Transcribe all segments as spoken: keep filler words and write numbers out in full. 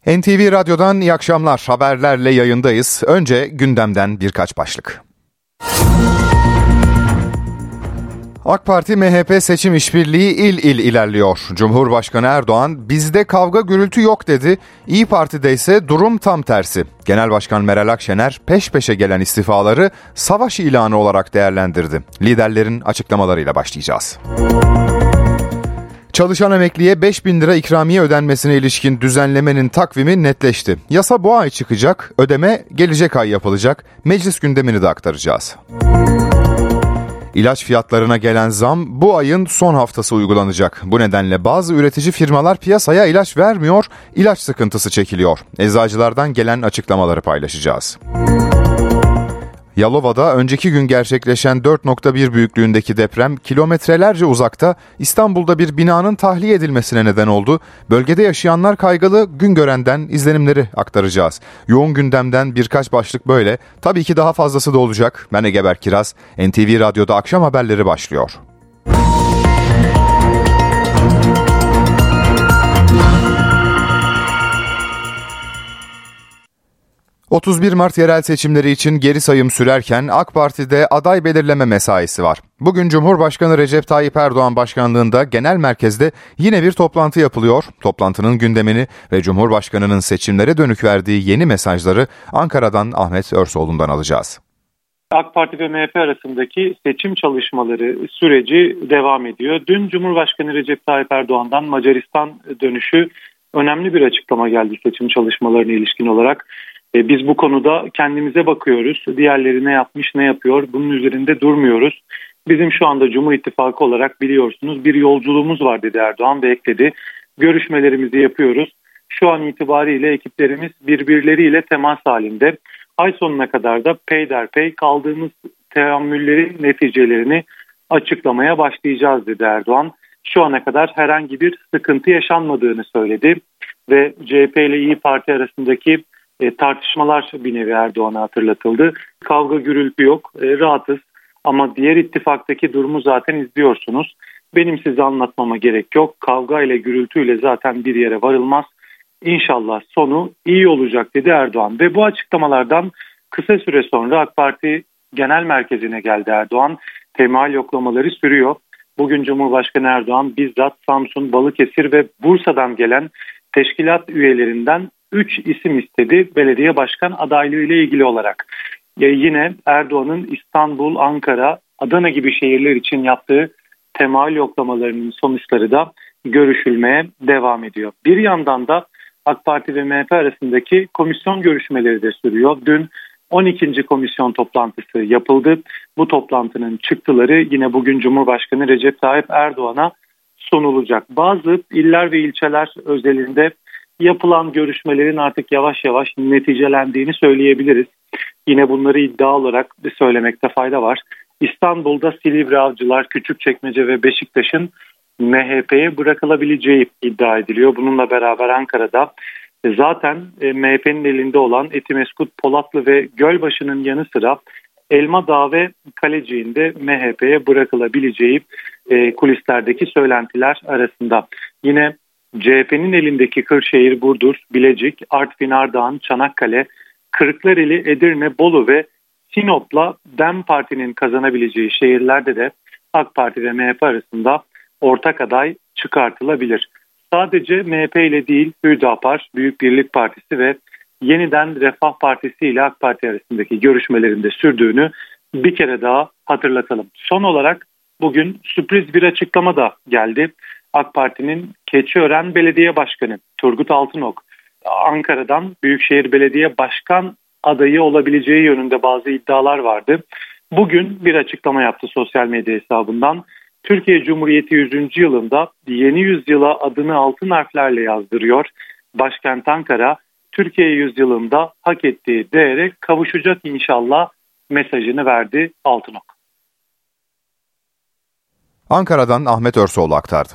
N T V Radyo'dan iyi akşamlar. Haberlerle yayındayız. Önce gündemden birkaç başlık. AK Parti M H P seçim işbirliği il il ilerliyor. Cumhurbaşkanı Erdoğan bizde kavga gürültü yok dedi. İyi Parti'de ise durum tam tersi. Genel Başkan Meral Akşener peş peşe gelen istifaları savaş ilanı olarak değerlendirdi. Liderlerin açıklamalarıyla başlayacağız. Çalışan emekliye beş bin lira ikramiye ödenmesine ilişkin düzenlemenin takvimi netleşti. Yasa bu ay çıkacak, ödeme gelecek ay yapılacak. Meclis gündemini de aktaracağız. İlaç fiyatlarına gelen zam bu ayın son haftası uygulanacak. Bu nedenle bazı üretici firmalar piyasaya ilaç vermiyor, ilaç sıkıntısı çekiliyor. Eczacılardan gelen açıklamaları paylaşacağız. Yalova'da önceki gün gerçekleşen dört nokta bir büyüklüğündeki deprem kilometrelerce uzakta İstanbul'da bir binanın tahliye edilmesine neden oldu. Bölgede yaşayanlar kaygılı, Güngören'den izlenimleri aktaracağız. Yoğun gündemden birkaç başlık böyle. Tabii ki daha fazlası da olacak. Ben Egeber Kiraz, N T V Radyo'da akşam haberleri başlıyor. otuz bir Mart yerel seçimleri için geri sayım sürerken AK Parti'de aday belirleme mesaisi var. Bugün Cumhurbaşkanı Recep Tayyip Erdoğan başkanlığında genel merkezde yine bir toplantı yapılıyor. Toplantının gündemini ve Cumhurbaşkanı'nın seçimlere dönük verdiği yeni mesajları Ankara'dan Ahmet Örsoğlu'ndan alacağız. AK Parti ve M H P arasındaki seçim çalışmaları süreci devam ediyor. Dün Cumhurbaşkanı Recep Tayyip Erdoğan'dan Macaristan dönüşü önemli bir açıklama geldi seçim çalışmalarına ilişkin olarak. Biz bu konuda kendimize bakıyoruz. Diğerleri ne yapmış, ne yapıyor? Bunun üzerinde durmuyoruz. Bizim şu anda Cumhur İttifakı olarak biliyorsunuz bir yolculuğumuz var dedi Erdoğan ve ekledi. Görüşmelerimizi yapıyoruz. Şu an itibariyle ekiplerimiz birbirleriyle temas halinde. Ay sonuna kadar da peyderpey kaldığımız teamüllerin neticelerini açıklamaya başlayacağız dedi Erdoğan. Şu ana kadar herhangi bir sıkıntı yaşanmadığını söyledi ve C H P ile İYİ Parti arasındaki E, tartışmalar bir nevi Erdoğan'a hatırlatıldı. Kavga gürültü yok, e, rahatız ama diğer ittifaktaki durumu zaten izliyorsunuz. Benim size anlatmama gerek yok. Kavga ile gürültüyle zaten bir yere varılmaz. İnşallah sonu iyi olacak dedi Erdoğan. Ve bu açıklamalardan kısa süre sonra AK Parti Genel Merkezi'ne geldi Erdoğan. Temayül yoklamaları sürüyor. Bugün Cumhurbaşkanı Erdoğan bizzat Samsun, Balıkesir ve Bursa'dan gelen teşkilat üyelerinden üç isim istedi belediye başkan adaylığı ile ilgili olarak. Ya yine Erdoğan'ın İstanbul, Ankara, Adana gibi şehirler için yaptığı temayül yoklamalarının sonuçları da görüşülmeye devam ediyor. Bir yandan da AK Parti ve M H P arasındaki komisyon görüşmeleri de sürüyor. Dün on ikinci komisyon toplantısı yapıldı. Bu toplantının çıktıları yine bugün Cumhurbaşkanı Recep Tayyip Erdoğan'a sunulacak. Bazı iller ve ilçeler özelinde yapılan görüşmelerin artık yavaş yavaş neticelendiğini söyleyebiliriz. Yine bunları iddia olarak söylemekte fayda var. İstanbul'da Silivri, Avcılar, Küçükçekmece ve Beşiktaş'ın M H P'ye bırakılabileceği iddia ediliyor. Bununla beraber Ankara'da zaten M H P'nin elinde olan Etimesgut, Polatlı ve Gölbaşı'nın yanı sıra Elmadağ ve Kaleciğinde M H P'ye bırakılabileceği kulislerdeki söylentiler arasında. Yine C H P'nin elindeki Kırşehir, Burdur, Bilecik, Artvin, Ardahan, Çanakkale, Kırklareli, Edirne, Bolu ve Sinop'la DEM Parti'nin kazanabileceği şehirlerde de AK Parti ve M H P arasında ortak aday çıkartılabilir. Sadece M H P ile değil Hüdapar, Büyük Birlik Partisi ve Yeniden Refah Partisi ile AK Parti arasındaki görüşmelerin de sürdüğünü bir kere daha hatırlatalım. Son olarak bugün sürpriz bir açıklama da geldi. AK Parti'nin Keçiören Belediye Başkanı Turgut Altınok, Ankara'dan Büyükşehir Belediye Başkan adayı olabileceği yönünde bazı iddialar vardı. Bugün bir açıklama yaptı sosyal medya hesabından. Türkiye Cumhuriyeti yüzüncü yılında yeni yüzyıla adını altın harflerle yazdırıyor. Başkent Ankara, Türkiye yüzyılında hak ettiği değere kavuşacak inşallah mesajını verdi Altınok. Ankara'dan Ahmet Örsoğlu aktardı.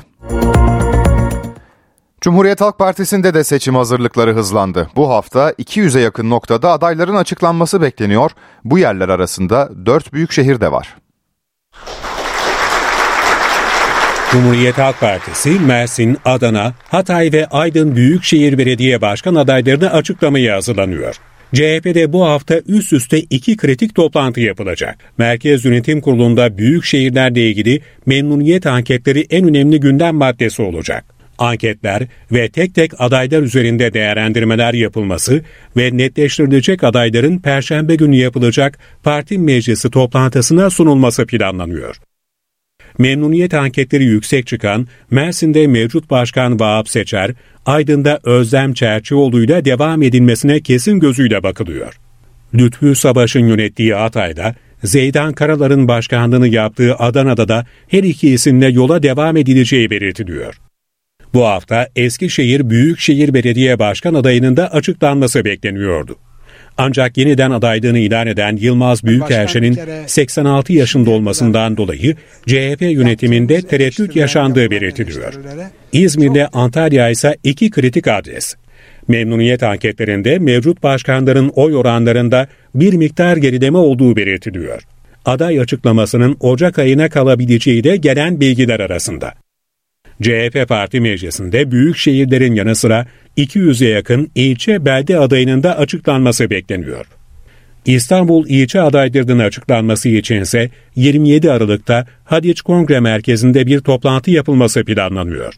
Cumhuriyet Halk Partisi'nde de seçim hazırlıkları hızlandı. Bu hafta iki yüze yakın noktada adayların açıklanması bekleniyor. Bu yerler arasında dört büyük şehir de var. Cumhuriyet Halk Partisi, Mersin, Adana, Hatay ve Aydın Büyükşehir Belediye Başkan adaylarını açıklamaya hazırlanıyor. C H P'de bu hafta üst üste iki kritik toplantı yapılacak. Merkez Yönetim Kurulu'nda büyük şehirlerle ilgili memnuniyet anketleri en önemli gündem maddesi olacak. Anketler ve tek tek adaylar üzerinde değerlendirmeler yapılması ve netleştirilecek adayların Perşembe günü yapılacak parti meclisi toplantısına sunulması planlanıyor. Memnuniyet anketleri yüksek çıkan Mersin'de mevcut başkan Vahap Seçer, Aydın'da Özlem Çerçioğlu'yla devam edilmesine kesin gözüyle bakılıyor. Lütfü Savaş'ın yönettiği Hatay'da, Zeydan Karalar'ın başkanlığını yaptığı Adana'da da her iki isimle yola devam edileceği belirtiliyor. Bu hafta Eskişehir Büyükşehir Belediye Başkan adayının da açıklanması bekleniyordu. Ancak yeniden adaylığını ilan eden Yılmaz Büyükerşen'in seksen altı yaşında olmasından dolayı C H P yönetiminde tereddüt yaşandığı belirtiliyor. İzmir'le Antalya ise iki kritik adres. Memnuniyet anketlerinde mevcut başkanların oy oranlarında bir miktar gerileme olduğu belirtiliyor. Aday açıklamasının Ocak ayına kalabileceği de gelen bilgiler arasında. C H P Parti Meclisi'nde büyük şehirlerin yanı sıra iki yüze yakın ilçe belde adayının da açıklanması bekleniyor. İstanbul ilçe adaylarının açıklanması içinse yirmi yedi Aralık'ta Haliç Kongre Merkezi'nde bir toplantı yapılması planlanıyor.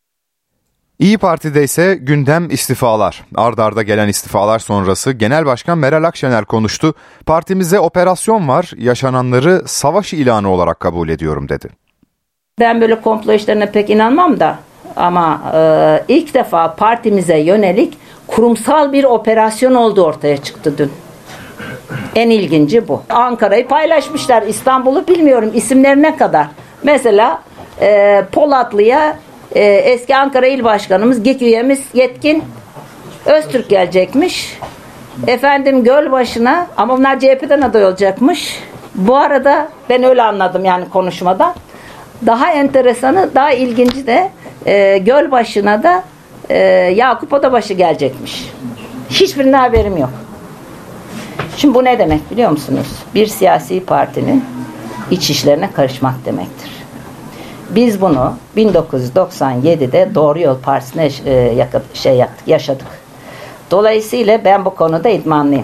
İyi Parti'de ise gündem istifalar. Ard arda gelen istifalar sonrası Genel Başkan Meral Akşener konuştu. Partimize operasyon var, yaşananları savaş ilanı olarak kabul ediyorum dedi. Ben böyle komplo işlerine pek inanmam da ama e, ilk defa partimize yönelik kurumsal bir operasyon olduğu ortaya çıktı dün. En ilginci bu. Ankara'yı paylaşmışlar, İstanbul'u bilmiyorum isimlerine kadar. Mesela e, Polatlı'ya e, eski Ankara İl Başkanımız, G İK üyemiz Yetkin Öztürk gelecekmiş. Efendim Gölbaşı'na, ama bunlar C H P'den aday olacakmış. Bu arada ben öyle anladım yani konuşmada. Daha enteresanı, daha ilginci de e, Gölbaşı'na da e, Yakup Odabaşı gelecekmiş. Hiçbirine haberim yok. Şimdi bu ne demek biliyor musunuz? Bir siyasi partinin iç işlerine karışmak demektir. Biz bunu bin dokuz yüz doksan yedide Doğru Yol Partisi'ne e, yakıp, şey yaptık, yaşadık. Dolayısıyla ben bu konuda idmanlıyım.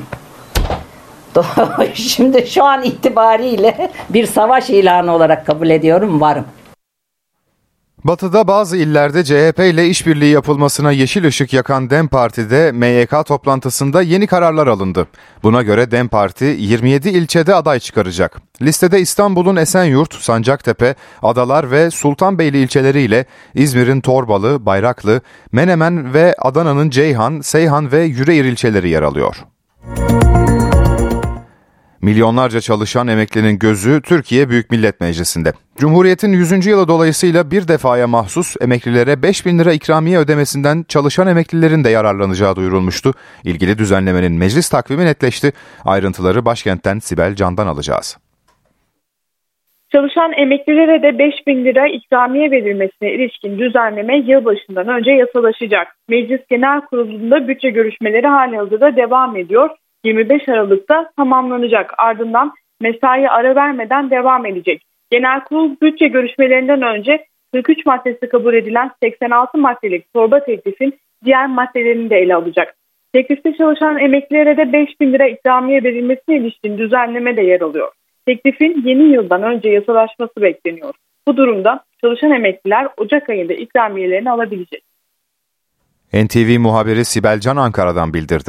Şimdi şu an itibariyle bir savaş ilanı olarak kabul ediyorum, varım. Batı'da bazı illerde C H P ile işbirliği yapılmasına yeşil ışık yakan DEM Parti'de M Y K toplantısında yeni kararlar alındı. Buna göre DEM Parti yirmi yedi ilçede aday çıkaracak. Listede İstanbul'un Esenyurt, Sancaktepe, Adalar ve Sultanbeyli ilçeleriyle İzmir'in Torbalı, Bayraklı, Menemen ve Adana'nın Ceyhan, Seyhan ve Yüreğir ilçeleri yer alıyor. Milyonlarca çalışan emeklinin gözü Türkiye Büyük Millet Meclisi'nde. Cumhuriyet'in yüzüncü yılı dolayısıyla bir defaya mahsus emeklilere beş bin lira ikramiye ödemesinden çalışan emeklilerin de yararlanacağı duyurulmuştu. İlgili düzenlemenin meclis takvimi netleşti. Ayrıntıları başkentten Sibel Can'dan alacağız. Çalışan emeklilere de beş bin lira ikramiye verilmesine ilişkin düzenleme yılbaşından önce yasalaşacak. Meclis Genel Kurulu'nda bütçe görüşmeleri halihazırda devam ediyor. yirmi beş Aralık'ta tamamlanacak. Ardından mesai ara vermeden devam edecek. Genel Kurul bütçe görüşmelerinden önce kırk üç maddesi kabul edilen seksen altı maddelik torba teklifin diğer maddelerini de ele alacak. Teklifte çalışan emeklilere de beş bin lira ikramiye verilmesine ilişkin düzenleme de yer alıyor. Teklifin yeni yıldan önce yasalaşması bekleniyor. Bu durumda çalışan emekliler Ocak ayında ikramiyelerini alabilecek. N T V muhabiri Sibel Can Ankara'dan bildirdi.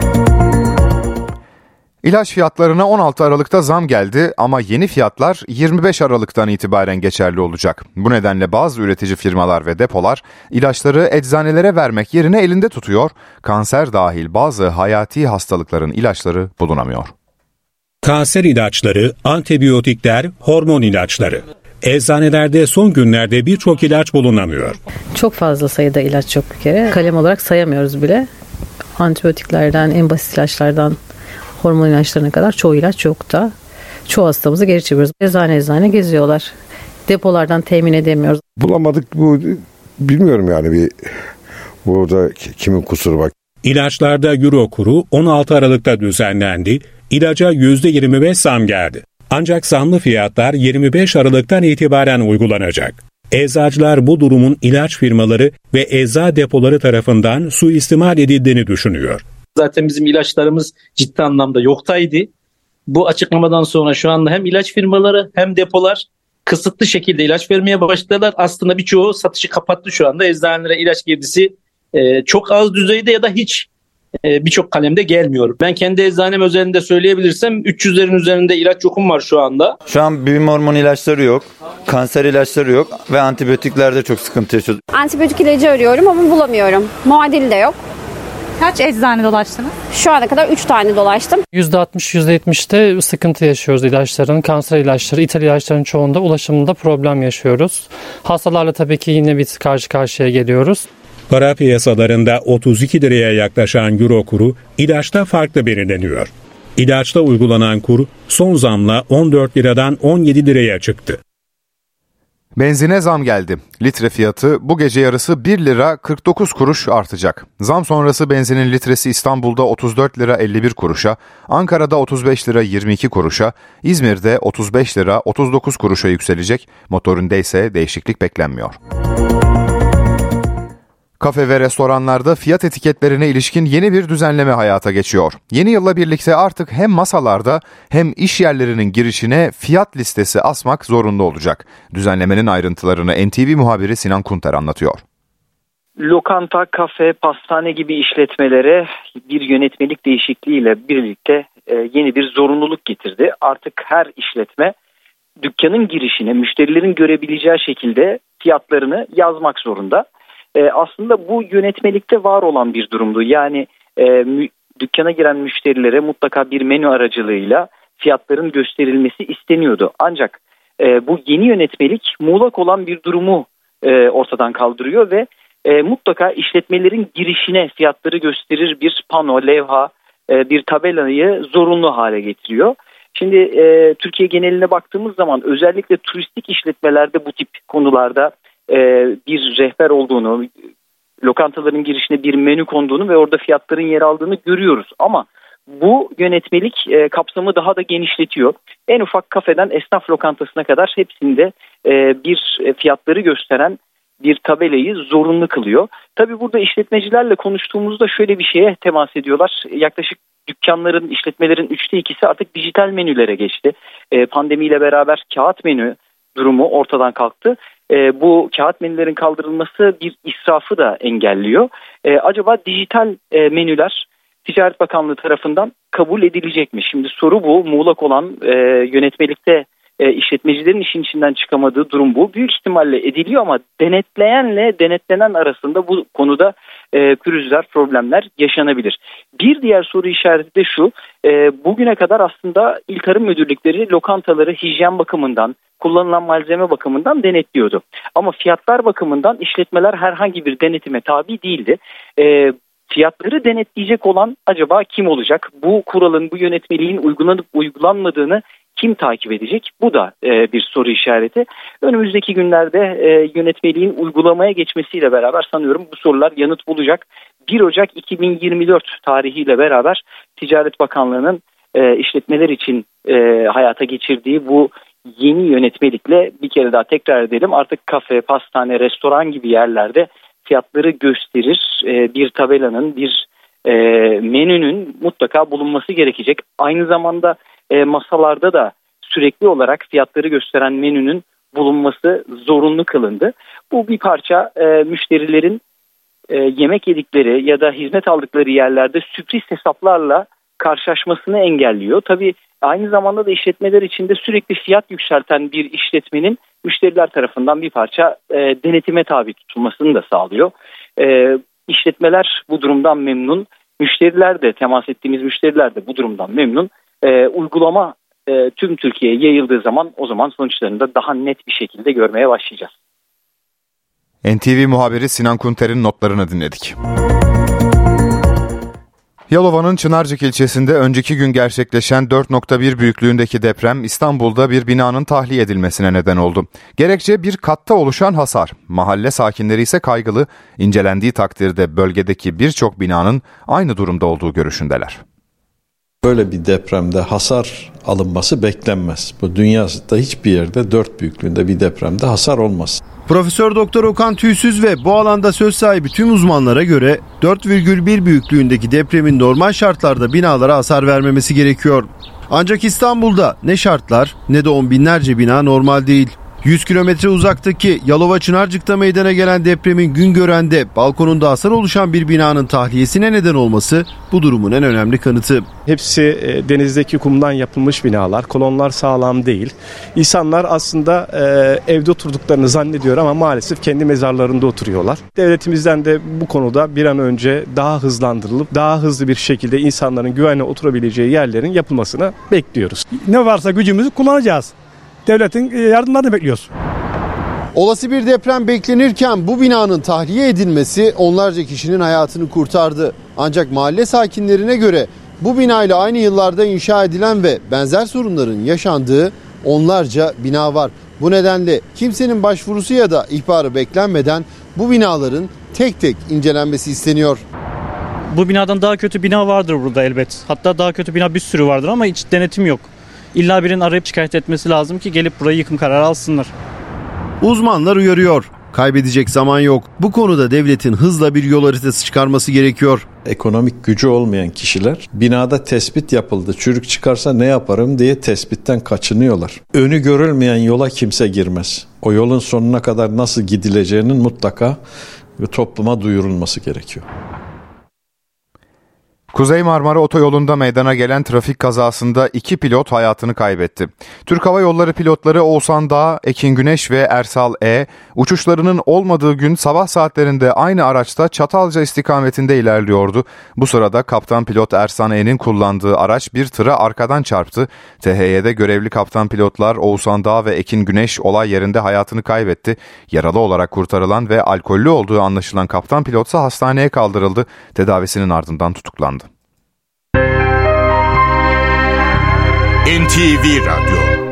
İlaç fiyatlarına on altı Aralık'ta zam geldi ama yeni fiyatlar yirmi beş Aralık'tan itibaren geçerli olacak. Bu nedenle bazı üretici firmalar ve depolar ilaçları eczanelere vermek yerine elinde tutuyor. Kanser dahil bazı hayati hastalıkların ilaçları bulunamıyor. Kanser ilaçları, antibiyotikler, hormon ilaçları. Eczanelerde son günlerde birçok ilaç bulunamıyor. Çok fazla sayıda ilaç yok bir kere. Kalem olarak sayamıyoruz bile. Antibiyotiklerden, en basit ilaçlardan hormon ilaçlarına kadar çoğu ilaç yok da. Çoğu hastamızı geri çeviriyoruz. Eczane eczane geziyorlar. Depolardan temin edemiyoruz. Bulamadık, bu bilmiyorum yani, bir burada kimin kusuru var. İlaçlarda euro kuru on altı Aralık'ta düzenlendi. İlaca yüzde yirmi beş zam geldi. Ancak zamlı fiyatlar yirmi beş Aralık'tan itibaren uygulanacak. Eczacılar bu durumun ilaç firmaları ve ecza depoları tarafından suistimal edildiğini düşünüyor. Zaten bizim ilaçlarımız ciddi anlamda yoktaydı. Bu açıklamadan sonra şu anda hem ilaç firmaları hem depolar kısıtlı şekilde ilaç vermeye başladılar. Aslında birçoğu satışı kapattı şu anda. Eczanelere ilaç girdisi e, çok az düzeyde ya da hiç e, birçok kalemde gelmiyor. Ben kendi eczanem özelinde söyleyebilirsem üç yüzlerin üzerinde ilaç yokum var şu anda. Şu an büyüme hormonu ilaçları yok, kanser ilaçları yok ve antibiyotiklerde çok sıkıntı yaşıyoruz. Antibiyotik ilacı arıyorum ama bulamıyorum. Muadili de yok. Kaç eczane dolaştınız? Şu ana kadar üç tane dolaştım. yüzde altmış yüzde yetmişte sıkıntı yaşıyoruz ilaçların. Kanser ilaçları, ithal ilaçların çoğunda ulaşımında problem yaşıyoruz. Hastalarla tabii ki yine bir karşı karşıya geliyoruz. Para piyasalarında otuz iki liraya yaklaşan euro kuru ilaçta farklı belirleniyor. İlaçta uygulanan kur son zamla on dört liradan on yedi liraya çıktı. Benzine zam geldi. Litre fiyatı bu gece yarısı bir lira kırk dokuz kuruş artacak. Zam sonrası benzinin litresi İstanbul'da otuz dört lira elli bir kuruşa, Ankara'da otuz beş lira yirmi iki kuruşa, İzmir'de otuz beş lira otuz dokuz kuruşa yükselecek. Motorinde ise değişiklik beklenmiyor. Kafe ve restoranlarda fiyat etiketlerine ilişkin yeni bir düzenleme hayata geçiyor. Yeni yılla birlikte artık hem masalarda hem iş yerlerinin girişine fiyat listesi asmak zorunda olacak. Düzenlemenin ayrıntılarını N T V muhabiri Sinan Kunter anlatıyor. Lokanta, kafe, pastane gibi işletmelere bir yönetmelik değişikliğiyle birlikte yeni bir zorunluluk getirdi. Artık her işletme dükkanın girişine müşterilerin görebileceği şekilde fiyatlarını yazmak zorunda. Ee, aslında bu yönetmelikte var olan bir durumdu. Yani e, mü, dükkana giren müşterilere mutlaka bir menü aracılığıyla fiyatların gösterilmesi isteniyordu. Ancak e, bu yeni yönetmelik muğlak olan bir durumu e, ortadan kaldırıyor ve e, mutlaka işletmelerin girişine fiyatları gösterir bir pano, levha, e, bir tabelayı zorunlu hale getiriyor. Şimdi e, Türkiye geneline baktığımız zaman özellikle turistik işletmelerde bu tip konularda bir rehber olduğunu, lokantaların girişine bir menü konduğunu ve orada fiyatların yer aldığını görüyoruz. Ama bu yönetmelik kapsamı daha da genişletiyor. En ufak kafeden esnaf lokantasına kadar hepsinde bir fiyatları gösteren bir tabelayı zorunlu kılıyor. Tabii burada işletmecilerle konuştuğumuzda şöyle bir şeye temas ediyorlar. Yaklaşık dükkanların, işletmelerin üçte ikisi artık dijital menülere geçti. Pandemiyle beraber kağıt menü durumu ortadan kalktı. E, bu kağıt menülerin kaldırılması bir israfı da engelliyor. E, acaba dijital e, menüler Ticaret Bakanlığı tarafından kabul edilecek mi? Şimdi soru bu. Muğlak olan e, yönetmelikte e, işletmecilerin işin içinden çıkamadığı durum bu. Büyük ihtimalle ediliyor ama denetleyenle denetlenen arasında bu konuda e, pürüzler, problemler yaşanabilir. Bir diğer soru işareti de şu. E, bugüne kadar aslında İl Tarım Müdürlükleri lokantaları hijyen bakımından, kullanılan malzeme bakımından denetliyordu. Ama fiyatlar bakımından işletmeler herhangi bir denetime tabi değildi. E, fiyatları denetleyecek olan acaba kim olacak? Bu kuralın, bu yönetmeliğin uygulanıp uygulanmadığını kim takip edecek? Bu da e, bir soru işareti. Önümüzdeki günlerde e, yönetmeliğin uygulamaya geçmesiyle beraber sanıyorum bu sorular yanıt bulacak. bir Ocak iki bin yirmi dört tarihiyle beraber Ticaret Bakanlığı'nın e, işletmeler için e, hayata geçirdiği bu yeni yönetmelikle bir kere daha tekrar edelim. Artık kafe, pastane, restoran gibi yerlerde fiyatları gösterir e, bir tabelanın, bir e, menünün mutlaka bulunması gerekecek. Aynı zamanda e, masalarda da sürekli olarak fiyatları gösteren menünün bulunması zorunlu kılındı. Bu bir parça e, müşterilerin e, yemek yedikleri ya da hizmet aldıkları yerlerde sürpriz hesaplarla karşılaşmasını engelliyor. Tabii aynı zamanda da işletmeler içinde sürekli fiyat yükselten bir işletmenin müşteriler tarafından bir parça e, denetime tabi tutulmasını da sağlıyor. E, işletmeler bu durumdan memnun. Müşteriler de, temas ettiğimiz müşteriler de bu durumdan memnun. E, uygulama e, tüm Türkiye'ye yayıldığı zaman o zaman sonuçlarını da daha net bir şekilde görmeye başlayacağız. N T V muhabiri Sinan Kunter'in notlarını dinledik. Yalova'nın Çınarcık ilçesinde önceki gün gerçekleşen dört nokta bir büyüklüğündeki deprem İstanbul'da bir binanın tahliye edilmesine neden oldu. Gerekçe bir katta oluşan hasar. Mahalle sakinleri ise kaygılı. İncelendiği takdirde bölgedeki birçok binanın aynı durumda olduğu görüşündeler. Böyle bir depremde hasar alınması beklenmez. Bu dünyada hiçbir yerde dört büyüklüğünde bir depremde hasar olmaz. Profesör Doktor Okan Tüysüz ve bu alanda söz sahibi tüm uzmanlara göre dört virgül bir büyüklüğündeki depremin normal şartlarda binalara hasar vermemesi gerekiyor. Ancak İstanbul'da ne şartlar ne de on binlerce bina normal değil. yüz kilometre uzaktaki Yalova Çınarcık'ta meydana gelen depremin Güngören'de balkonunda hasar oluşan bir binanın tahliyesine neden olması bu durumun en önemli kanıtı. Hepsi denizdeki kumdan yapılmış binalar, kolonlar sağlam değil. İnsanlar aslında e, evde oturduklarını zannediyor ama maalesef kendi mezarlarında oturuyorlar. Devletimizden de bu konuda bir an önce daha hızlandırılıp daha hızlı bir şekilde insanların güvenle oturabileceği yerlerin yapılmasını bekliyoruz. Ne varsa gücümüzü kullanacağız. Devletin yardımlarını bekliyoruz. Olası bir deprem beklenirken bu binanın tahliye edilmesi onlarca kişinin hayatını kurtardı. Ancak mahalle sakinlerine göre bu binayla aynı yıllarda inşa edilen ve benzer sorunların yaşandığı onlarca bina var. Bu nedenle kimsenin başvurusu ya da ihbarı beklenmeden bu binaların tek tek incelenmesi isteniyor. Bu binadan daha kötü bina vardır burada elbet. Hatta daha kötü bina bir sürü vardır ama hiç denetim yok. İlla birinin arayıp şikayet etmesi lazım ki gelip burayı yıkım kararı alsınlar. Uzmanlar uyarıyor. Kaybedecek zaman yok. Bu konuda devletin hızla bir yol haritası çıkarması gerekiyor. Ekonomik gücü olmayan kişiler binada tespit yapıldı, çürük çıkarsa ne yaparım diye tespitten kaçınıyorlar. Önü görülmeyen yola kimse girmez. O yolun sonuna kadar nasıl gidileceğinin mutlaka topluma duyurulması gerekiyor. Kuzey Marmara Otoyolu'nda meydana gelen trafik kazasında iki pilot hayatını kaybetti. Türk Hava Yolları pilotları Oğuzhan Dağ, Ekin Güneş ve Ersal E, uçuşlarının olmadığı gün sabah saatlerinde aynı araçta Çatalca istikametinde ilerliyordu. Bu sırada kaptan pilot Ersan E'nin kullandığı araç bir tıra arkadan çarptı. T H Y'de görevli kaptan pilotlar Oğuzhan Dağ ve Ekin Güneş olay yerinde hayatını kaybetti. Yaralı olarak kurtarılan ve alkollü olduğu anlaşılan kaptan pilotsa hastaneye kaldırıldı. Tedavisinin ardından tutuklandı. N T V Radyo.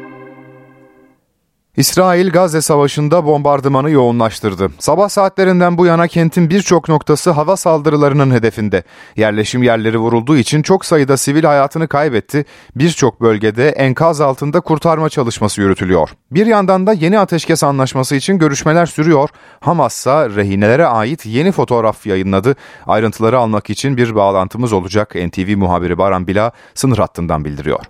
İsrail Gazze Savaşı'nda bombardımanı yoğunlaştırdı. Sabah saatlerinden bu yana kentin birçok noktası hava saldırılarının hedefinde. Yerleşim yerleri vurulduğu için çok sayıda sivil hayatını kaybetti. Birçok bölgede enkaz altında kurtarma çalışması yürütülüyor. Bir yandan da yeni ateşkes anlaşması için görüşmeler sürüyor. Hamas ise rehinelere ait yeni fotoğraf yayınladı. Ayrıntıları almak için bir bağlantımız olacak. N T V muhabiri Baran Bila sınır hattından bildiriyor.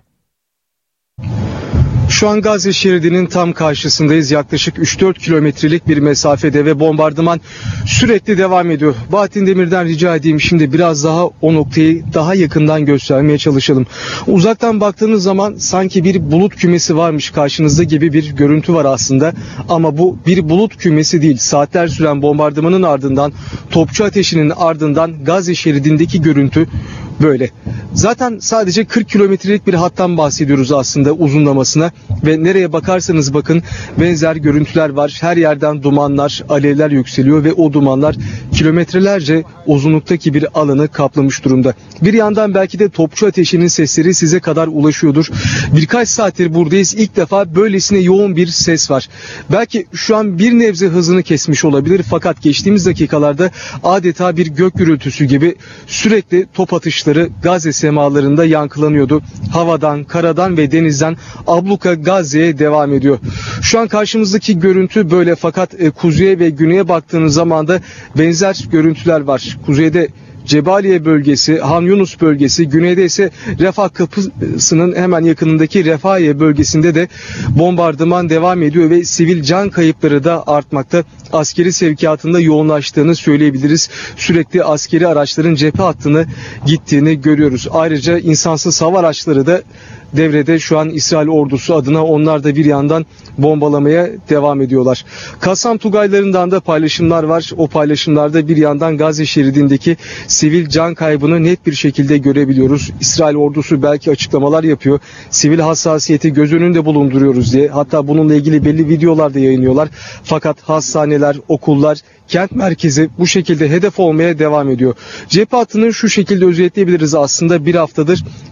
Şu an Gazze şeridinin tam karşısındayız. Yaklaşık üç dört kilometrelik bir mesafede ve bombardıman sürekli devam ediyor. Bahattin Demir'den rica edeyim şimdi biraz daha o noktayı daha yakından göstermeye çalışalım. Uzaktan baktığınız zaman sanki bir bulut kümesi varmış karşınızda gibi bir görüntü var aslında. Ama bu bir bulut kümesi değil. Saatler süren bombardımanın ardından, topçu ateşinin ardından Gazze şeridindeki görüntü böyle. Zaten sadece kırk kilometrelik bir hattan bahsediyoruz aslında uzunlamasına ve nereye bakarsanız bakın benzer görüntüler var. Her yerden dumanlar, alevler yükseliyor ve o dumanlar kilometrelerce uzunluktaki bir alanı kaplamış durumda. Bir yandan belki de topçu ateşinin sesleri size kadar ulaşıyordur. Birkaç saattir buradayız. İlk defa böylesine yoğun bir ses var. Belki şu an bir nebze hızını kesmiş olabilir fakat geçtiğimiz dakikalarda adeta bir gök gürültüsü gibi sürekli top atışları Gazze semalarında yankılanıyordu. Havadan, karadan ve denizden abluka Gazze'ye devam ediyor. Şu an karşımızdaki görüntü böyle fakat e, kuzeye ve güneye baktığınız zaman da benzer görüntüler var. Kuzeyde Cebaliye bölgesi, Han Yunus bölgesi, güneyde ise Refah kapısının hemen yakınındaki Refahiye bölgesinde de bombardıman devam ediyor ve sivil can kayıpları da artmakta. Askeri sevkiyatında yoğunlaştığını söyleyebiliriz. Sürekli askeri araçların cephe hattına gittiğini görüyoruz. Ayrıca insansız hava araçları da devrede şu an İsrail ordusu adına onlar da bir yandan bombalamaya devam ediyorlar. Kassam Tugaylarından da paylaşımlar var. O paylaşımlarda bir yandan Gazze şeridindeki sivil can kaybını net bir şekilde görebiliyoruz. İsrail ordusu belki açıklamalar yapıyor. Sivil hassasiyeti göz önünde bulunduruyoruz diye. Hatta bununla ilgili belli videolar da yayınlıyorlar. Fakat hastaneler, okullar, kent merkezi bu şekilde hedef olmaya devam ediyor. Cephe hattını şu şekilde özetleyebiliriz aslında bir haftadır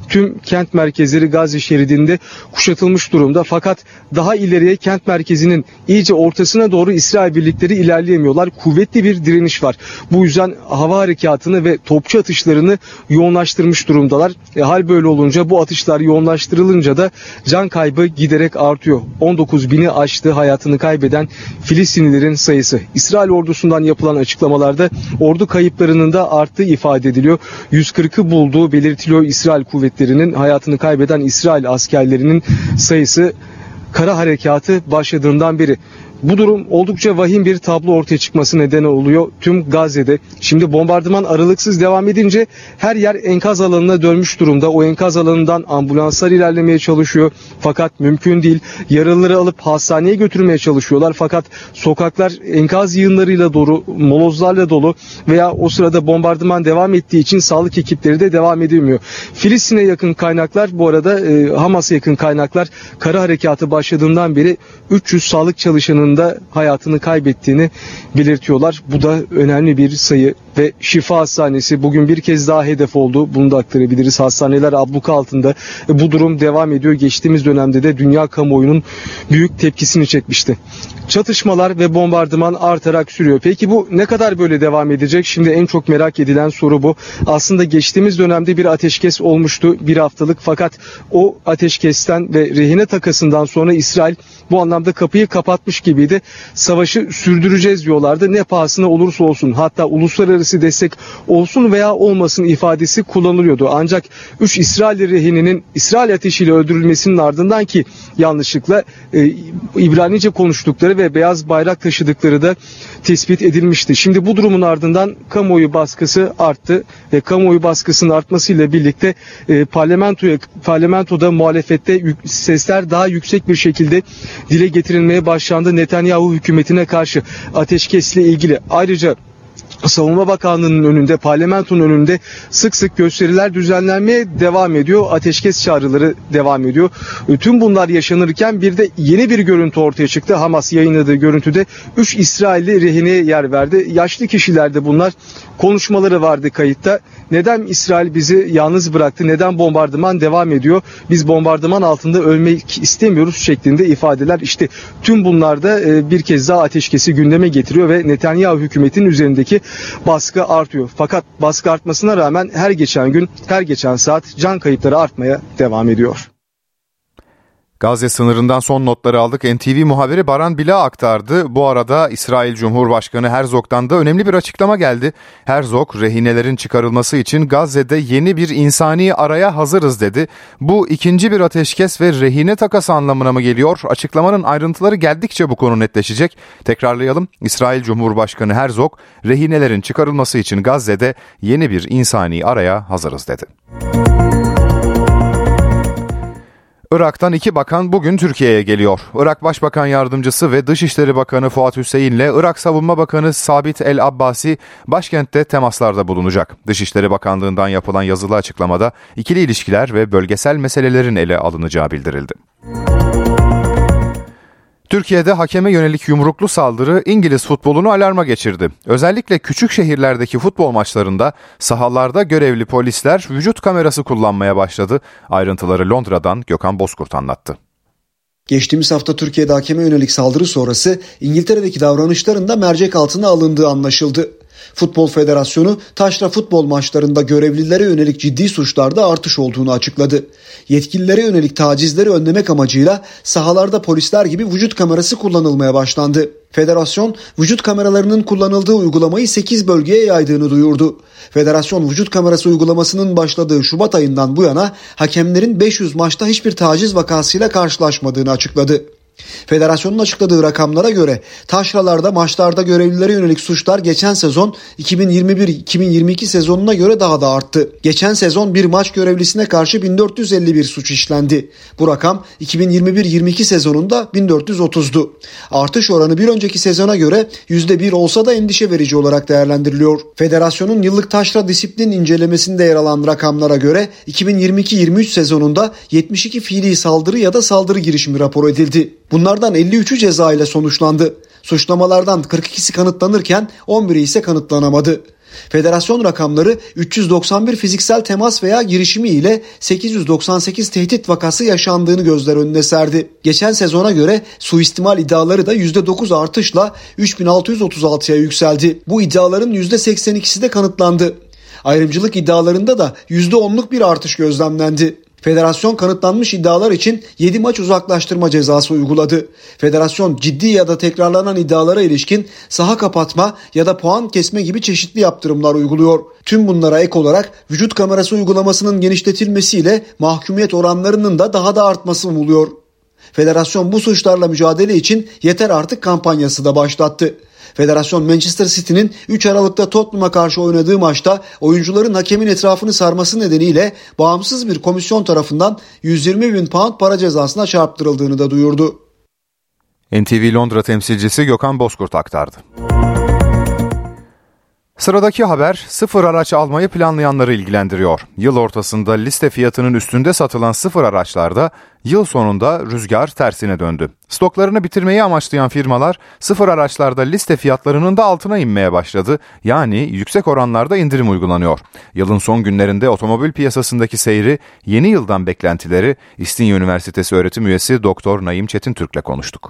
tüm kent merkezleri Gazze şeridinde kuşatılmış durumda. Fakat daha ileriye kent merkezinin iyice ortasına doğru İsrail birlikleri ilerleyemiyorlar. Kuvvetli bir direniş var. Bu yüzden hava harekatını ve topçu atışlarını yoğunlaştırmış durumdalar. E, hal böyle olunca, bu atışlar yoğunlaştırılınca da can kaybı giderek artıyor. on dokuz bini aştı hayatını kaybeden Filistinlilerin sayısı. İsrail ordusundan yapılan açıklamalarda ordu kayıplarının da arttığı ifade ediliyor. yüz kırkı bulduğu belirtiliyor. İsrail kuvvetlerinin hayatını kaybeden İsrail askerlerinin sayısı kara harekatı başladığından beri. Bu durum oldukça vahim bir tablo ortaya çıkması nedeni oluyor tüm Gazze'de. Şimdi bombardıman aralıksız devam edince her yer enkaz alanına dönmüş durumda. O enkaz alanından ambulanslar ilerlemeye çalışıyor. Fakat mümkün değil. Yaralıları alıp hastaneye götürmeye çalışıyorlar. Fakat sokaklar enkaz yığınlarıyla dolu, molozlarla dolu veya o sırada bombardıman devam ettiği için sağlık ekipleri de devam edemiyor. Filistin'e yakın kaynaklar, bu arada e, Hamas'a yakın kaynaklar kara harekatı başladığından beri üç yüz sağlık çalışanının da hayatını kaybettiğini belirtiyorlar. Bu da önemli bir sayı ve Şifa Hastanesi bugün bir kez daha hedef oldu. Bunu da aktarabiliriz. Hastaneler abluka altında. Bu durum devam ediyor. Geçtiğimiz dönemde de dünya kamuoyunun büyük tepkisini çekmişti. Çatışmalar ve bombardıman artarak sürüyor. Peki bu ne kadar böyle devam edecek? Şimdi en çok merak edilen soru bu. Aslında geçtiğimiz dönemde bir ateşkes olmuştu, bir haftalık, fakat o ateşkesten ve rehine takasından sonra İsrail bu anlamda kapıyı kapatmış gibiydi. Savaşı sürdüreceğiz diyorlardı. Ne pahasına olursa olsun, hatta uluslararası destek olsun veya olmasın ifadesi kullanılıyordu. Ancak üç İsrail rehininin İsrail ateşiyle öldürülmesinin ardından, ki yanlışlıkla e, İbranice konuştukları ve beyaz bayrak taşıdıkları da tespit edilmişti. Şimdi bu durumun ardından kamuoyu baskısı arttı ve kamuoyu baskısının artmasıyla birlikte e, parlamentoya parlamentoda muhalefette sesler daha yüksek bir şekilde dile getirilmeye başlandı Netanyahu hükümetine karşı ateşkesle ilgili. Ayrıca Savunma Bakanlığı'nın önünde, parlamentonun önünde sık sık gösteriler düzenlenmeye devam ediyor. Ateşkes çağrıları devam ediyor. Tüm bunlar yaşanırken bir de yeni bir görüntü ortaya çıktı. Hamas yayınladığı görüntüde üç İsrailli rehineye yer verdi. Yaşlı kişilerde bunlar. Konuşmaları vardı kayıtta. Neden İsrail bizi yalnız bıraktı? Neden bombardıman devam ediyor? Biz bombardıman altında ölmek istemiyoruz şeklinde ifadeler. İşte tüm bunlar da bir kez daha ateşkesi gündeme getiriyor ve Netanyahu hükümetinin üzerindeki baskı artıyor. Fakat baskı artmasına rağmen her geçen gün, her geçen saat can kayıpları artmaya devam ediyor. Gazze sınırından son notları aldık. N T V muhabiri Baran Bila aktardı. Bu arada İsrail Cumhurbaşkanı Herzog'dan da önemli bir açıklama geldi. Herzog, rehinelerin çıkarılması için Gazze'de yeni bir insani araya hazırız dedi. Bu ikinci bir ateşkes ve rehine takası anlamına mı geliyor? Açıklamanın ayrıntıları geldikçe bu konu netleşecek. Tekrarlayalım. İsrail Cumhurbaşkanı Herzog, rehinelerin çıkarılması için Gazze'de yeni bir insani araya hazırız dedi. Irak'tan iki bakan bugün Türkiye'ye geliyor. Irak Başbakan Yardımcısı ve Dışişleri Bakanı Fuat Hüseyin ile Irak Savunma Bakanı Sabit El Abbasi başkentte temaslarda bulunacak. Dışişleri Bakanlığı'ndan yapılan yazılı açıklamada ikili ilişkiler ve bölgesel meselelerin ele alınacağı bildirildi. Türkiye'de hakeme yönelik yumruklu saldırı İngiliz futbolunu alarma geçirdi. Özellikle küçük şehirlerdeki futbol maçlarında sahalarda görevli polisler vücut kamerası kullanmaya başladı. Ayrıntıları Londra'dan Gökhan Bozkurt anlattı. Geçtiğimiz hafta Türkiye'de hakeme yönelik saldırı sonrası İngiltere'deki davranışların da mercek altına alındığı anlaşıldı. Futbol Federasyonu taşra futbol maçlarında görevlilere yönelik ciddi suçlarda artış olduğunu açıkladı. Yetkililere yönelik tacizleri önlemek amacıyla sahalarda polisler gibi vücut kamerası kullanılmaya başlandı. Federasyon vücut kameralarının kullanıldığı uygulamayı sekiz bölgeye yaydığını duyurdu. Federasyon vücut kamerası uygulamasının başladığı Şubat ayından bu yana hakemlerin beş yüz maçta hiçbir taciz vakasıyla karşılaşmadığını açıkladı. Federasyonun açıkladığı rakamlara göre taşralarda maçlarda görevlilere yönelik suçlar geçen sezon iki bin yirmi bir iki bin yirmi iki sezonuna göre daha da arttı. Geçen sezon bir maç görevlisine karşı bin dört yüz elli bir suç işlendi. Bu rakam iki bin yirmi bir yirmi iki sezonunda bin dört yüz otuzdu. Artış oranı bir önceki sezona göre yüzde bir olsa da endişe verici olarak değerlendiriliyor. Federasyonun yıllık taşra disiplin incelemesinde yer alan rakamlara göre iki bin yirmi iki yirmi üç sezonunda yetmiş iki fiili saldırı ya da saldırı girişimi rapor edildi. Bunlardan elli üçü ceza ile sonuçlandı. Suçlamalardan kırk ikisi kanıtlanırken on biri ise kanıtlanamadı. Federasyon rakamları üç yüz doksan bir fiziksel temas veya girişimi ile sekiz yüz doksan sekiz tehdit vakası yaşandığını gözler önüne serdi. Geçen sezona göre suistimal iddiaları da yüzde dokuz artışla üç bin altı yüz otuz altıya yükseldi. Bu iddiaların yüzde seksen ikisi de kanıtlandı. Ayrımcılık iddialarında da yüzde onluk bir artış gözlemlendi. Federasyon kanıtlanmış iddialar için yedi maç uzaklaştırma cezası uyguladı. Federasyon ciddi ya da tekrarlanan iddialara ilişkin saha kapatma ya da puan kesme gibi çeşitli yaptırımlar uyguluyor. Tüm bunlara ek olarak vücut kamerası uygulamasının genişletilmesiyle mahkumiyet oranlarının da daha da artması umuluyor. Federasyon bu suçlarla mücadele için Yeter Artık kampanyası da başlattı. Federasyon Manchester City'nin üç Aralık'ta Tottenham'a karşı oynadığı maçta oyuncuların hakemin etrafını sarması nedeniyle bağımsız bir komisyon tarafından yüz yirmi bin pound para cezasına çarptırıldığını da duyurdu. N T V Londra temsilcisi Gökhan Bozkurt aktardı. Sıradaki haber sıfır araç almayı planlayanları ilgilendiriyor. Yıl ortasında liste fiyatının üstünde satılan sıfır araçlarda yıl sonunda rüzgar tersine döndü. Stoklarını bitirmeyi amaçlayan firmalar sıfır araçlarda liste fiyatlarının da altına inmeye başladı. Yani yüksek oranlarda indirim uygulanıyor. Yılın son günlerinde otomobil piyasasındaki seyri, yeni yıldan beklentileri İstinye Üniversitesi öğretim üyesi Doktor Naim Çetintürk'le konuştuk.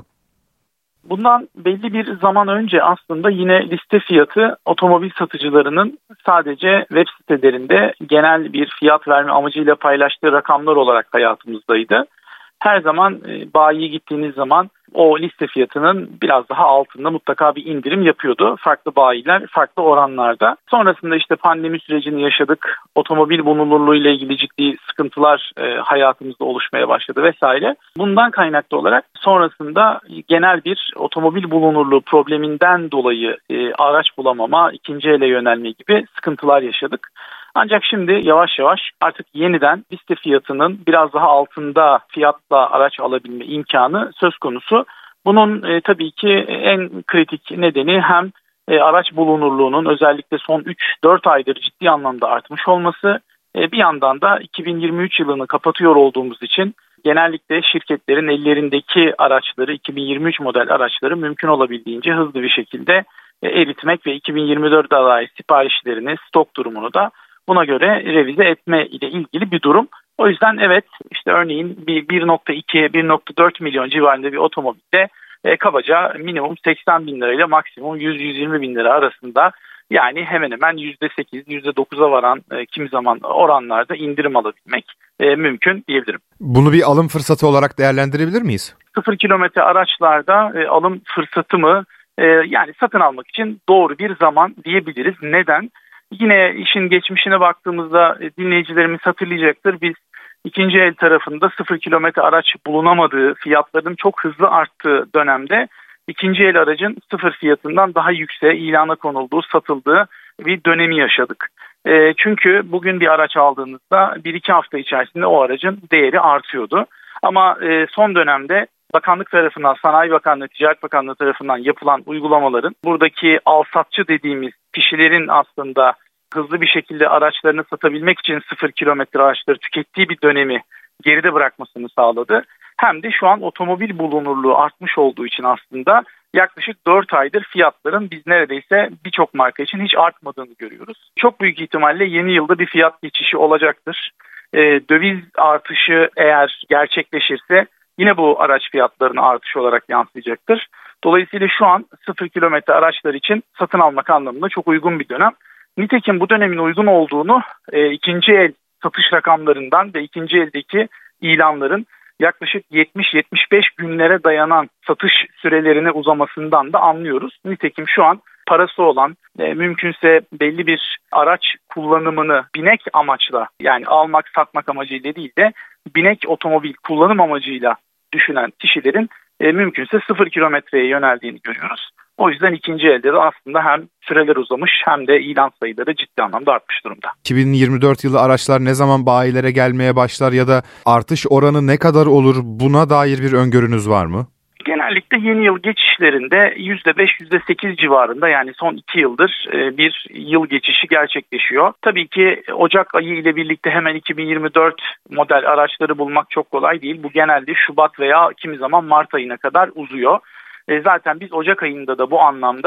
Bundan belli bir zaman önce aslında yine liste fiyatı otomobil satıcılarının sadece web sitelerinde genel bir fiyat verme amacıyla paylaştığı rakamlar olarak hayatımızdaydı. Her zaman bayiye gittiğiniz zaman o liste fiyatının biraz daha altında mutlaka bir indirim yapıyordu. Farklı bayiler farklı oranlarda. Sonrasında işte pandemi sürecini yaşadık. Otomobil bulunurluğu ile ilgili ciddi sıkıntılar e, hayatımızda oluşmaya başladı vesaire. Bundan kaynaklı olarak sonrasında genel bir otomobil bulunurluğu probleminden dolayı e, araç bulamama, ikinci ele yönelme gibi sıkıntılar yaşadık. Ancak şimdi yavaş yavaş artık yeniden liste fiyatının biraz daha altında fiyatla araç alabilme imkanı söz konusu. Bunun e, tabii ki en kritik nedeni hem e, araç bulunurluğunun özellikle son üç dört aydır ciddi anlamda artmış olması. E, bir yandan da iki bin yirmi üç yılını kapatıyor olduğumuz için genellikle şirketlerin ellerindeki araçları, iki bin yirmi üç model araçları mümkün olabildiğince hızlı bir şekilde e, eritmek ve iki bin yirmi dörde dair siparişlerini, stok durumunu da buna göre revize etme ile ilgili bir durum. O yüzden evet, işte örneğin bir bir nokta iki bir nokta dört milyon civarında bir otomobilde e, kabaca minimum seksen bin lirayla maksimum yüz yüz yirmi bin lira arasında, yani hemen hemen yüzde sekiz yüzde dokuza varan e, kimi zaman oranlarda indirim alabilmek e, mümkün diyebilirim. Bunu bir alım fırsatı olarak değerlendirebilir miyiz? Sıfır kilometre araçlarda e, alım fırsatı mı? E, yani satın almak için doğru bir zaman diyebiliriz. Neden? Yine işin geçmişine baktığımızda dinleyicilerimiz hatırlayacaktır. Biz ikinci el tarafında sıfır kilometre araç bulunamadığı, fiyatların çok hızlı arttığı dönemde ikinci el aracın sıfır fiyatından daha yükseğe ilana konulduğu, satıldığı bir dönemi yaşadık. E, çünkü bugün bir araç aldığınızda bir iki hafta içerisinde o aracın değeri artıyordu. Ama e, son dönemde bakanlık tarafından, Sanayi Bakanlığı, Ticaret Bakanlığı tarafından yapılan uygulamaların buradaki alsatçı dediğimiz kişilerin aslında hızlı bir şekilde araçlarını satabilmek için sıfır kilometre araçları tükettiği bir dönemi geride bırakmasını sağladı. Hem de şu an otomobil bulunurluğu artmış olduğu için aslında yaklaşık dört aydır fiyatların biz neredeyse birçok marka için hiç artmadığını görüyoruz. Çok büyük ihtimalle yeni yılda bir fiyat geçişi olacaktır. Ee, döviz artışı eğer gerçekleşirse yine bu araç fiyatlarına artış olarak yansıyacaktır. Dolayısıyla şu an sıfır kilometre araçlar için satın almak anlamında çok uygun bir dönem. Nitekim bu dönemin uygun olduğunu e, ikinci el satış rakamlarından ve ikinci eldeki ilanların yaklaşık yetmiş yetmiş beş günlere dayanan satış sürelerine uzamasından da anlıyoruz. Nitekim şu an parası olan, e, mümkünse belli bir araç kullanımını binek amaçla, yani almak satmak amacıyla değil de binek otomobil kullanım amacıyla düşünen kişilerin e, mümkünse sıfır kilometreye yöneldiğini görüyoruz. O yüzden ikinci elde de aslında hem süreler uzamış hem de ilan sayıları ciddi anlamda artmış durumda. iki bin yirmi dört yılı araçlar ne zaman bayilere gelmeye başlar ya da artış oranı ne kadar olur, buna dair bir öngörünüz var mı? Genellikle yeni yıl geçişlerinde yüzde beş yüzde sekiz civarında, yani son iki yıldır bir yıl geçişi gerçekleşiyor. Tabii ki Ocak ayı ile birlikte hemen iki bin yirmi dört model araçları bulmak çok kolay değil. Bu genelde Şubat veya kimi zaman Mart ayına kadar uzuyor. Zaten biz Ocak ayında da bu anlamda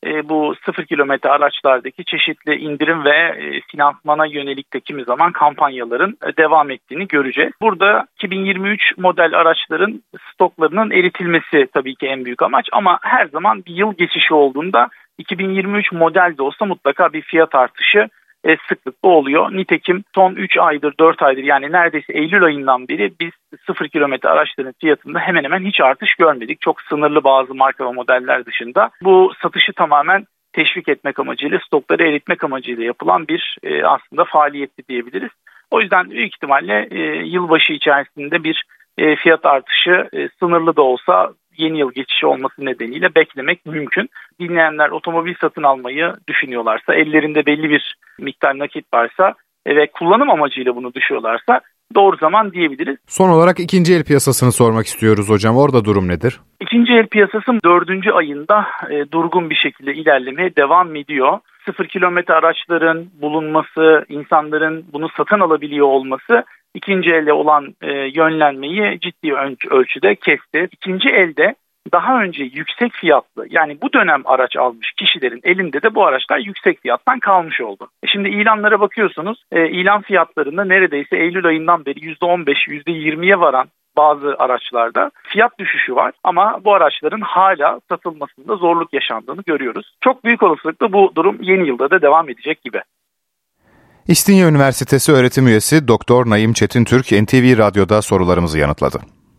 e, bu sıfır kilometre araçlardaki çeşitli indirim ve e, finansmana yönelik de kimi zaman kampanyaların e, devam ettiğini göreceğiz. Burada iki bin yirmi üç model araçların stoklarının eritilmesi tabii ki en büyük amaç ama her zaman bir yıl geçişi olduğunda iki bin yirmi üç model de olsa mutlaka bir fiyat artışı E, sıklıkla oluyor. Nitekim son üç aydır dört aydır yani neredeyse Eylül ayından beri biz sıfır kilometre araçların fiyatında hemen hemen hiç artış görmedik. Çok sınırlı bazı marka ve modeller dışında. Bu satışı tamamen teşvik etmek amacıyla, stokları eritmek amacıyla yapılan bir e, aslında faaliyetti diyebiliriz. O yüzden büyük ihtimalle e, yılbaşı içerisinde bir e, fiyat artışı e, sınırlı da olsa yeni yıl geçişi olması nedeniyle beklemek mümkün. Dinleyenler otomobil satın almayı düşünüyorlarsa, ellerinde belli bir miktar nakit varsa ve kullanım amacıyla bunu düşüyorlarsa doğru zaman diyebiliriz. Son olarak ikinci el piyasasını sormak istiyoruz hocam. Orada durum nedir? İkinci el piyasası dördüncü ayında e, durgun bir şekilde ilerlemeye devam ediyor. Sıfır kilometre araçların bulunması, insanların bunu satın alabiliyor olması ikinci elde olan e, yönlenmeyi ciddi ölçüde kesti. İkinci elde daha önce yüksek fiyatlı yani bu dönem araç almış kişilerin elinde de bu araçlar yüksek fiyattan kalmış oldu. E şimdi ilanlara bakıyorsunuz e, ilan fiyatlarında neredeyse Eylül ayından beri yüzde on beş yüzde yirmiye varan bazı araçlarda fiyat düşüşü var ama bu araçların hala satılmasında zorluk yaşandığını görüyoruz. Çok büyük olasılıkla bu durum yeni yılda da devam edecek gibi. İstinye Üniversitesi öğretim üyesi Doktor Naim Çetintürk N T V Radyo'da sorularımızı yanıtladı.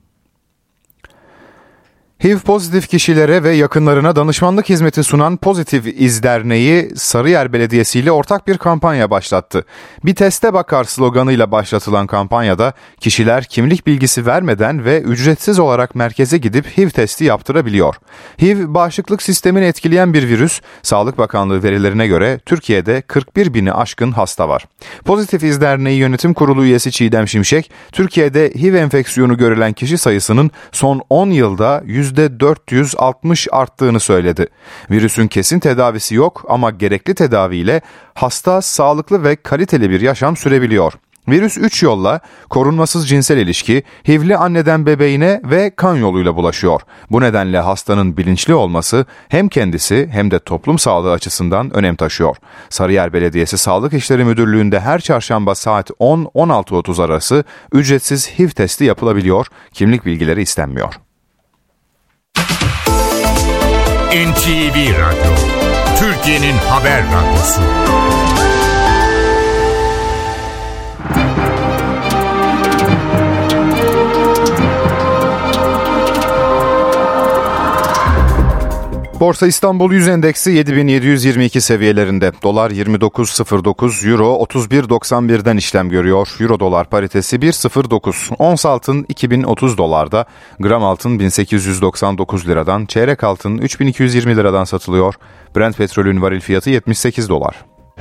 H I V pozitif kişilere ve yakınlarına danışmanlık hizmeti sunan Pozitif İz Derneği Sarıyer Belediyesi ile ortak bir kampanya başlattı. Bir teste bakar sloganıyla başlatılan kampanyada kişiler kimlik bilgisi vermeden ve ücretsiz olarak merkeze gidip H I V testi yaptırabiliyor. H I V bağışıklık sistemini etkileyen bir virüs. Sağlık Bakanlığı verilerine göre Türkiye'de kırk bir bini aşkın hasta var. Pozitif İz Derneği Yönetim Kurulu üyesi Çiğdem Şimşek, Türkiye'de H I V enfeksiyonu görülen kişi sayısının son on yılda yüzde dört yüz altmış arttığını söyledi. Virüsün kesin tedavisi yok ama gerekli tedaviyle hasta sağlıklı ve kaliteli bir yaşam sürebiliyor. Virüs üç yolla korunmasız cinsel ilişki, H I V'li anneden bebeğine ve kan yoluyla bulaşıyor. Bu nedenle hastanın bilinçli olması hem kendisi hem de toplum sağlığı açısından önem taşıyor. Sarıyer Belediyesi Sağlık İşleri Müdürlüğü'nde her çarşamba saat on on altı otuz arası ücretsiz H I V testi yapılabiliyor, kimlik bilgileri istenmiyor. N T V Radyo, Türkiye'nin haber radyosu. Borsa İstanbul yüz endeksi yedi bin yedi yüz yirmi iki seviyelerinde. Dolar yirmi dokuz virgül sıfır dokuz, Euro otuz bir virgül doksan birden işlem görüyor. Euro dolar paritesi bir virgül sıfır dokuz. Ons altın iki bin otuz dolarda, gram altın bin sekiz yüz doksan dokuz liradan, çeyrek altın üç bin iki yüz yirmi liradan satılıyor. Brent petrolün varil fiyatı yetmiş sekiz dolar.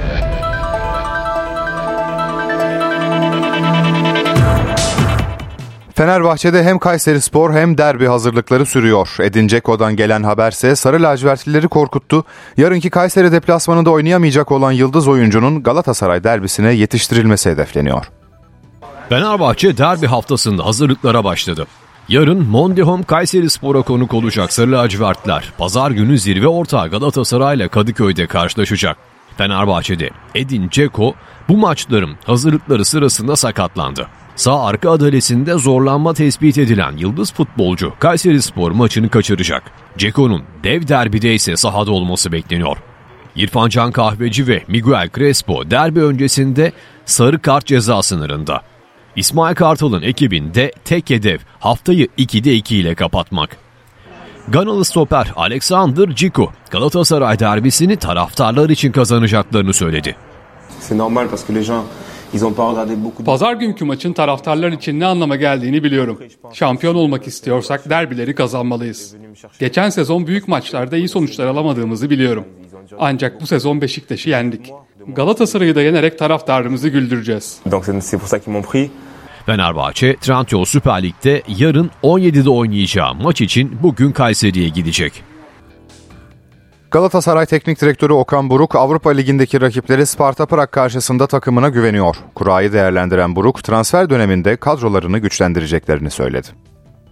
Fenerbahçe'de hem Kayserispor hem derbi hazırlıkları sürüyor. Edin Dzeko'dan gelen haberse Sarı lacivertlileri korkuttu. Yarınki Kayseri deplasmanında oynayamayacak olan yıldız oyuncunun Galatasaray derbisine yetiştirilmesi hedefleniyor. Fenerbahçe derbi haftasında hazırlıklara başladı. Yarın Mondihom Kayserispor'a konuk olacak Sarı lacivertler pazar günü zirve ortağı Galatasaray ile Kadıköy'de karşılaşacak. Fenerbahçe'de Edin Dzeko bu maçların hazırlıkları sırasında sakatlandı. Sağ arka adalesinde zorlanma tespit edilen yıldız futbolcu Kayserispor maçını kaçıracak. Dzeko'nun dev derbide ise sahada olması bekleniyor. İrfan Can Kahveci ve Miguel Crespo derbi öncesinde sarı kart ceza sınırında. İsmail Kartal'ın ekibinde tek hedef haftayı ikide iki ile kapatmak. Ganalı stoper Alexander Dzeko Galatasaray derbisini taraftarlar için kazanacaklarını söyledi. Pazar günkü maçın taraftarlar için ne anlama geldiğini biliyorum. Şampiyon olmak istiyorsak derbileri kazanmalıyız. Geçen sezon büyük maçlarda iyi sonuçlar alamadığımızı biliyorum. Ancak bu sezon Beşiktaş'ı yendik. Galatasaray'ı da yenerek taraftarımızı güldüreceğiz. Fenerbahçe, Trendyol Süper Lig'de yarın on yedide oynayacağı maç için bugün Kayseri'ye gidecek. Galatasaray Teknik Direktörü Okan Buruk, Avrupa Ligi'ndeki rakipleri Sparta Prag karşısında takımına güveniyor. Kurayı değerlendiren Buruk, transfer döneminde kadrolarını güçlendireceklerini söyledi.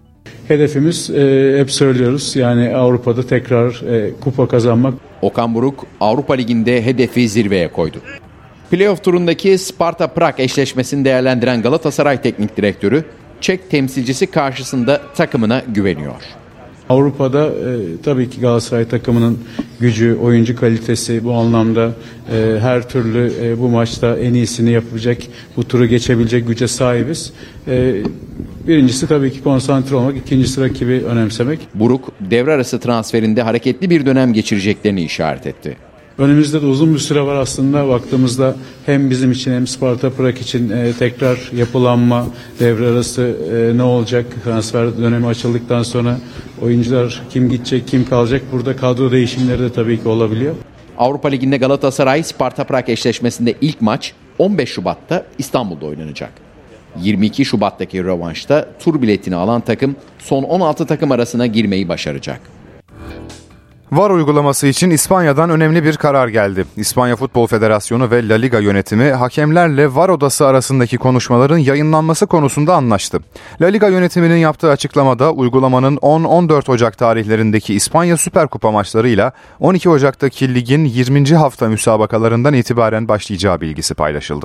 Hedefimiz e, hep söylüyoruz yani Avrupa'da tekrar e, kupa kazanmak. Okan Buruk Avrupa Ligi'nde hedefi zirveye koydu. Playoff turundaki Sparta Prag eşleşmesini değerlendiren Galatasaray Teknik Direktörü Çek temsilcisi karşısında takımına güveniyor. Avrupa'da e, tabii ki Galatasaray takımının gücü, oyuncu kalitesi bu anlamda e, her türlü e, bu maçta en iyisini yapacak, bu turu geçebilecek güce sahibiz. E, birincisi tabii ki konsantre olmak, ikincisi rakibi önemsemek. Buruk devre arası transferinde hareketli bir dönem geçireceklerini işaret etti. Önümüzde de uzun bir süre var aslında baktığımızda hem bizim için hem Sparta Prag için e, tekrar yapılanma, devre arası e, ne olacak, transfer dönemi açıldıktan sonra oyuncular kim gidecek, kim kalacak, burada kadro değişimleri de tabii ki olabiliyor. Avrupa Ligi'nde Galatasaray Sparta Prag eşleşmesinde ilk maç on beş Şubat'ta İstanbul'da oynanacak. yirmi iki Şubat'taki rövanşta tur biletini alan takım son on altı takım arasına girmeyi başaracak. V A R uygulaması için İspanya'dan önemli bir karar geldi. İspanya Futbol Federasyonu ve La Liga yönetimi hakemlerle V A R odası arasındaki konuşmaların yayınlanması konusunda anlaştı. La Liga yönetiminin yaptığı açıklamada uygulamanın on on dört Ocak tarihlerindeki İspanya Süper Kupa maçlarıyla on iki Ocak'taki ligin yirminci hafta müsabakalarından itibaren başlayacağı bilgisi paylaşıldı.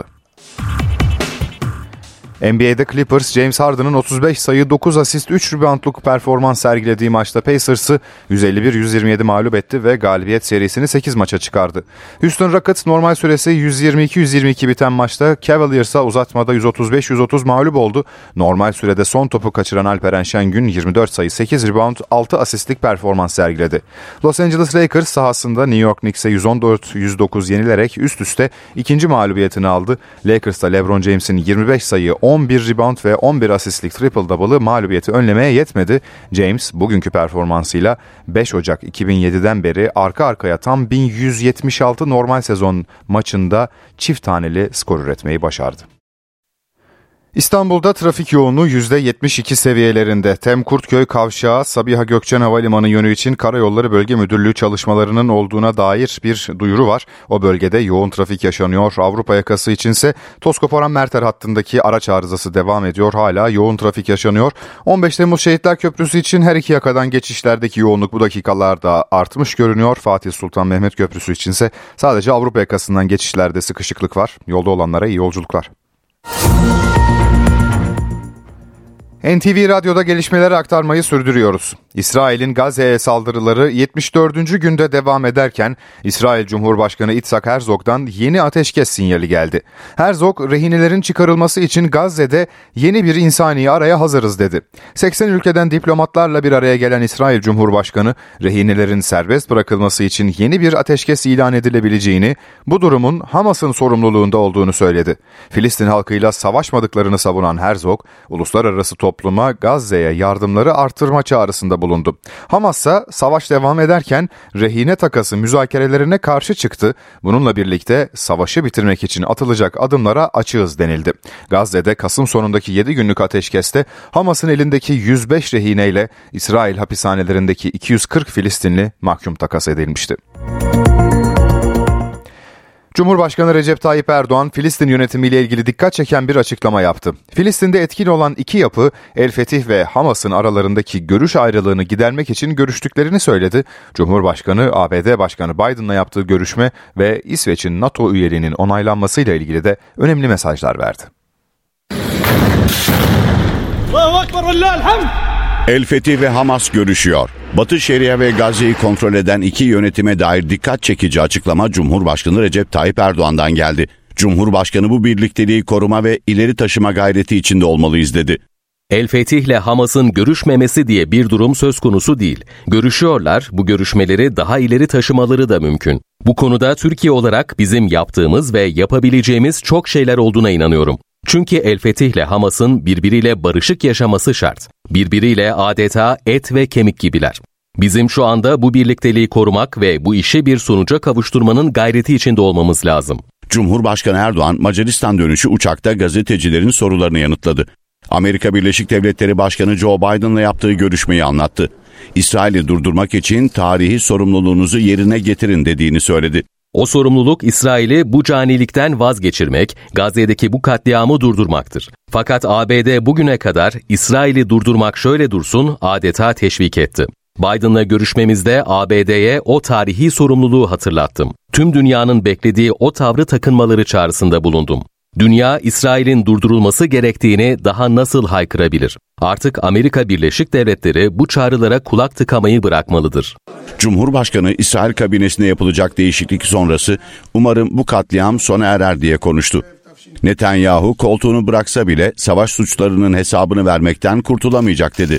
N B A'de Clippers, James Harden'ın otuz beş sayı, dokuz asist, üç reboundluk performans sergilediği maçta Pacers'ı yüz elli bir yüz yirmi yedi mağlup etti ve galibiyet serisini sekiz maça çıkardı. Houston Rockets normal süresi yüz yirmi iki yüz yirmi iki biten maçta Cavaliers'a uzatmada yüz otuz beş yüz otuz mağlup oldu. Normal sürede son topu kaçıran Alperen Şengün yirmi dört sayı, sekiz rebound, altı asistlik performans sergiledi. Los Angeles Lakers sahasında New York Knicks'e yüz on dört yüz dokuz yenilerek üst üste ikinci mağlubiyetini aldı. Lakers'ta LeBron James'in yirmi beş sayı, on bir rebound ve on bir asistlik triple double'ı mağlubiyeti önlemeye yetmedi. James bugünkü performansıyla beş Ocak iki bin yediden beri arka arkaya tam bin yüz yetmiş altı normal sezon maçında çift taneli skor üretmeyi başardı. İstanbul'da trafik yoğunluğu yüzde yetmiş iki seviyelerinde. Tem Kurtköy Kavşağı, Sabiha Gökçen Havalimanı yönü için Karayolları Bölge Müdürlüğü çalışmalarının olduğuna dair bir duyuru var. O bölgede yoğun trafik yaşanıyor. Avrupa yakası içinse Tozkoparan Merter hattındaki araç arızası devam ediyor. Hala yoğun trafik yaşanıyor. on beş Temmuz Şehitler Köprüsü için her iki yakadan geçişlerdeki yoğunluk bu dakikalarda artmış görünüyor. Fatih Sultan Mehmet Köprüsü içinse sadece Avrupa yakasından geçişlerde sıkışıklık var. Yolda olanlara iyi yolculuklar. N T V Radyo'da gelişmeleri aktarmayı sürdürüyoruz. İsrail'in Gazze'ye saldırıları yetmiş dördüncü günde devam ederken İsrail Cumhurbaşkanı Yitzhak Herzog'dan yeni ateşkes sinyali geldi. Herzog, rehinelerin çıkarılması için Gazze'de yeni bir insani araya hazırız dedi. seksen ülkeden diplomatlarla bir araya gelen İsrail Cumhurbaşkanı, rehinelerin serbest bırakılması için yeni bir ateşkes ilan edilebileceğini, bu durumun Hamas'ın sorumluluğunda olduğunu söyledi. Filistin halkıyla savaşmadıklarını savunan Herzog, uluslararası topluma Gazze'ye yardımları artırma çağrısında bulundu. Hamas ise savaş devam ederken rehine takası müzakerelerine karşı çıktı. Bununla birlikte savaşı bitirmek için atılacak adımlara açığız denildi. Gazze'de Kasım sonundaki yedi günlük ateşkeste Hamas'ın elindeki yüz beş rehineyle İsrail hapishanelerindeki iki yüz kırk Filistinli mahkum takas edilmişti. Cumhurbaşkanı Recep Tayyip Erdoğan, Filistin yönetimiyle ilgili dikkat çeken bir açıklama yaptı. Filistin'de etkili olan iki yapı, El Fetih ve Hamas'ın aralarındaki görüş ayrılığını gidermek için görüştüklerini söyledi. Cumhurbaşkanı, A B D Başkanı Biden'la yaptığı görüşme ve İsveç'in NATO üyeliğinin onaylanmasıyla ilgili de önemli mesajlar verdi. El Fetih ve Hamas görüşüyor. Batı Şeria ve Gazze'yi kontrol eden iki yönetime dair dikkat çekici açıklama Cumhurbaşkanı Recep Tayyip Erdoğan'dan geldi. Cumhurbaşkanı bu birlikteliği koruma ve ileri taşıma gayreti içinde olmalıyız dedi. El Fetih ile Hamas'ın görüşmemesi diye bir durum söz konusu değil. Görüşüyorlar, bu görüşmeleri daha ileri taşımaları da mümkün. Bu konuda Türkiye olarak bizim yaptığımız ve yapabileceğimiz çok şeyler olduğuna inanıyorum. Çünkü El Fetih ile Hamas'ın birbiriyle barışık yaşaması şart. Birbiriyle adeta et ve kemik gibiler. Bizim şu anda bu birlikteliği korumak ve bu işi bir sonuca kavuşturmanın gayreti içinde olmamız lazım. Cumhurbaşkanı Erdoğan, Macaristan dönüşü uçakta gazetecilerin sorularını yanıtladı. Amerika Birleşik Devletleri Başkanı Joe Biden'la yaptığı görüşmeyi anlattı. İsrail'i durdurmak için tarihi sorumluluğunuzu yerine getirin dediğini söyledi. O sorumluluk İsrail'i bu canilikten vazgeçirmek, Gazze'deki bu katliamı durdurmaktır. Fakat A B D bugüne kadar İsrail'i durdurmak şöyle dursun adeta teşvik etti. Biden'la görüşmemizde A B D'ye o tarihi sorumluluğu hatırlattım. Tüm dünyanın beklediği o tavrı takınmaları çağrısında bulundum. Dünya, İsrail'in durdurulması gerektiğini daha nasıl haykırabilir? Artık Amerika Birleşik Devletleri bu çağrılara kulak tıkamayı bırakmalıdır. Cumhurbaşkanı İsrail kabinesinde yapılacak değişiklik sonrası umarım bu katliam sona erer diye konuştu. Netanyahu koltuğunu bıraksa bile savaş suçlarının hesabını vermekten kurtulamayacak dedi.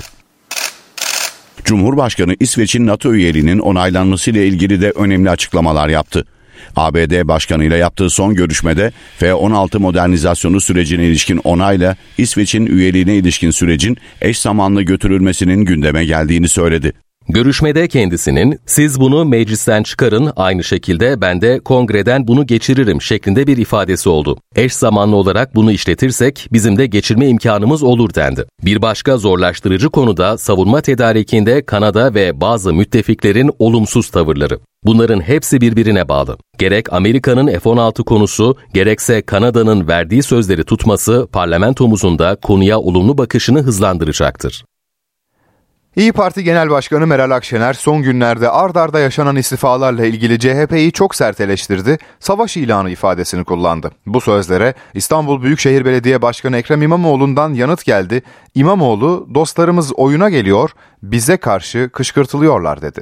Cumhurbaşkanı İsveç'in NATO üyeliğinin onaylanmasıyla ilgili de önemli açıklamalar yaptı. A B D Başkanı ile yaptığı son görüşmede F on altı modernizasyonu sürecine ilişkin onayla İsveç'in üyeliğine ilişkin sürecin eş zamanlı götürülmesinin gündeme geldiğini söyledi. Görüşmede kendisinin "Siz bunu meclisten çıkarın, aynı şekilde ben de kongreden bunu geçiririm" şeklinde bir ifadesi oldu. Eş zamanlı olarak bunu işletirsek bizim de geçirme imkanımız olur dendi. Bir başka zorlaştırıcı konu da savunma tedarikinde Kanada ve bazı müttefiklerin olumsuz tavırları. Bunların hepsi birbirine bağlı. Gerek Amerika'nın F on altı konusu, gerekse Kanada'nın verdiği sözleri tutması parlamentomuzun da konuya olumlu bakışını hızlandıracaktır. İYİ Parti Genel Başkanı Meral Akşener son günlerde ard arda yaşanan istifalarla ilgili C H P'yi çok sert eleştirdi, savaş ilanı ifadesini kullandı. Bu sözlere İstanbul Büyükşehir Belediye Başkanı Ekrem İmamoğlu'ndan yanıt geldi. İmamoğlu, "Dostlarımız oyuna geliyor, bize karşı kışkırtılıyorlar" dedi.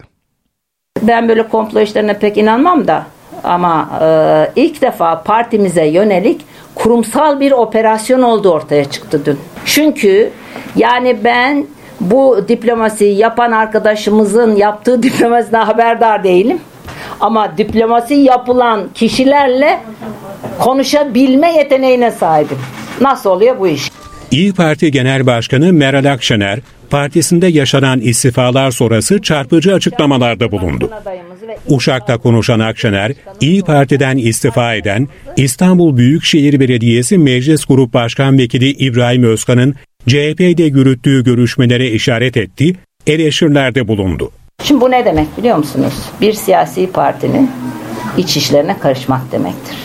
Ben böyle komplo işlerine pek inanmam da ama e, ilk defa partimize yönelik kurumsal bir operasyon olduğu ortaya çıktı dün. Çünkü yani ben bu diplomasiyi yapan arkadaşımızın yaptığı diplomasiden haberdar değilim. Ama diplomasi yapılan kişilerle konuşabilme yeteneğine sahibim. Nasıl oluyor bu iş? İYİ Parti Genel Başkanı Meral Akşener, partisinde yaşanan istifalar sonrası çarpıcı açıklamalarda bulundu. Uşak'ta konuşan Akşener, İYİ Parti'den istifa eden İstanbul Büyükşehir Belediyesi Meclis Grup Başkan Vekili İbrahim Özkan'ın C H P'de yürüttüğü görüşmelere işaret etti, eleştirilerde bulundu. Şimdi bu ne demek biliyor musunuz? Bir siyasi partinin iç işlerine karışmak demektir.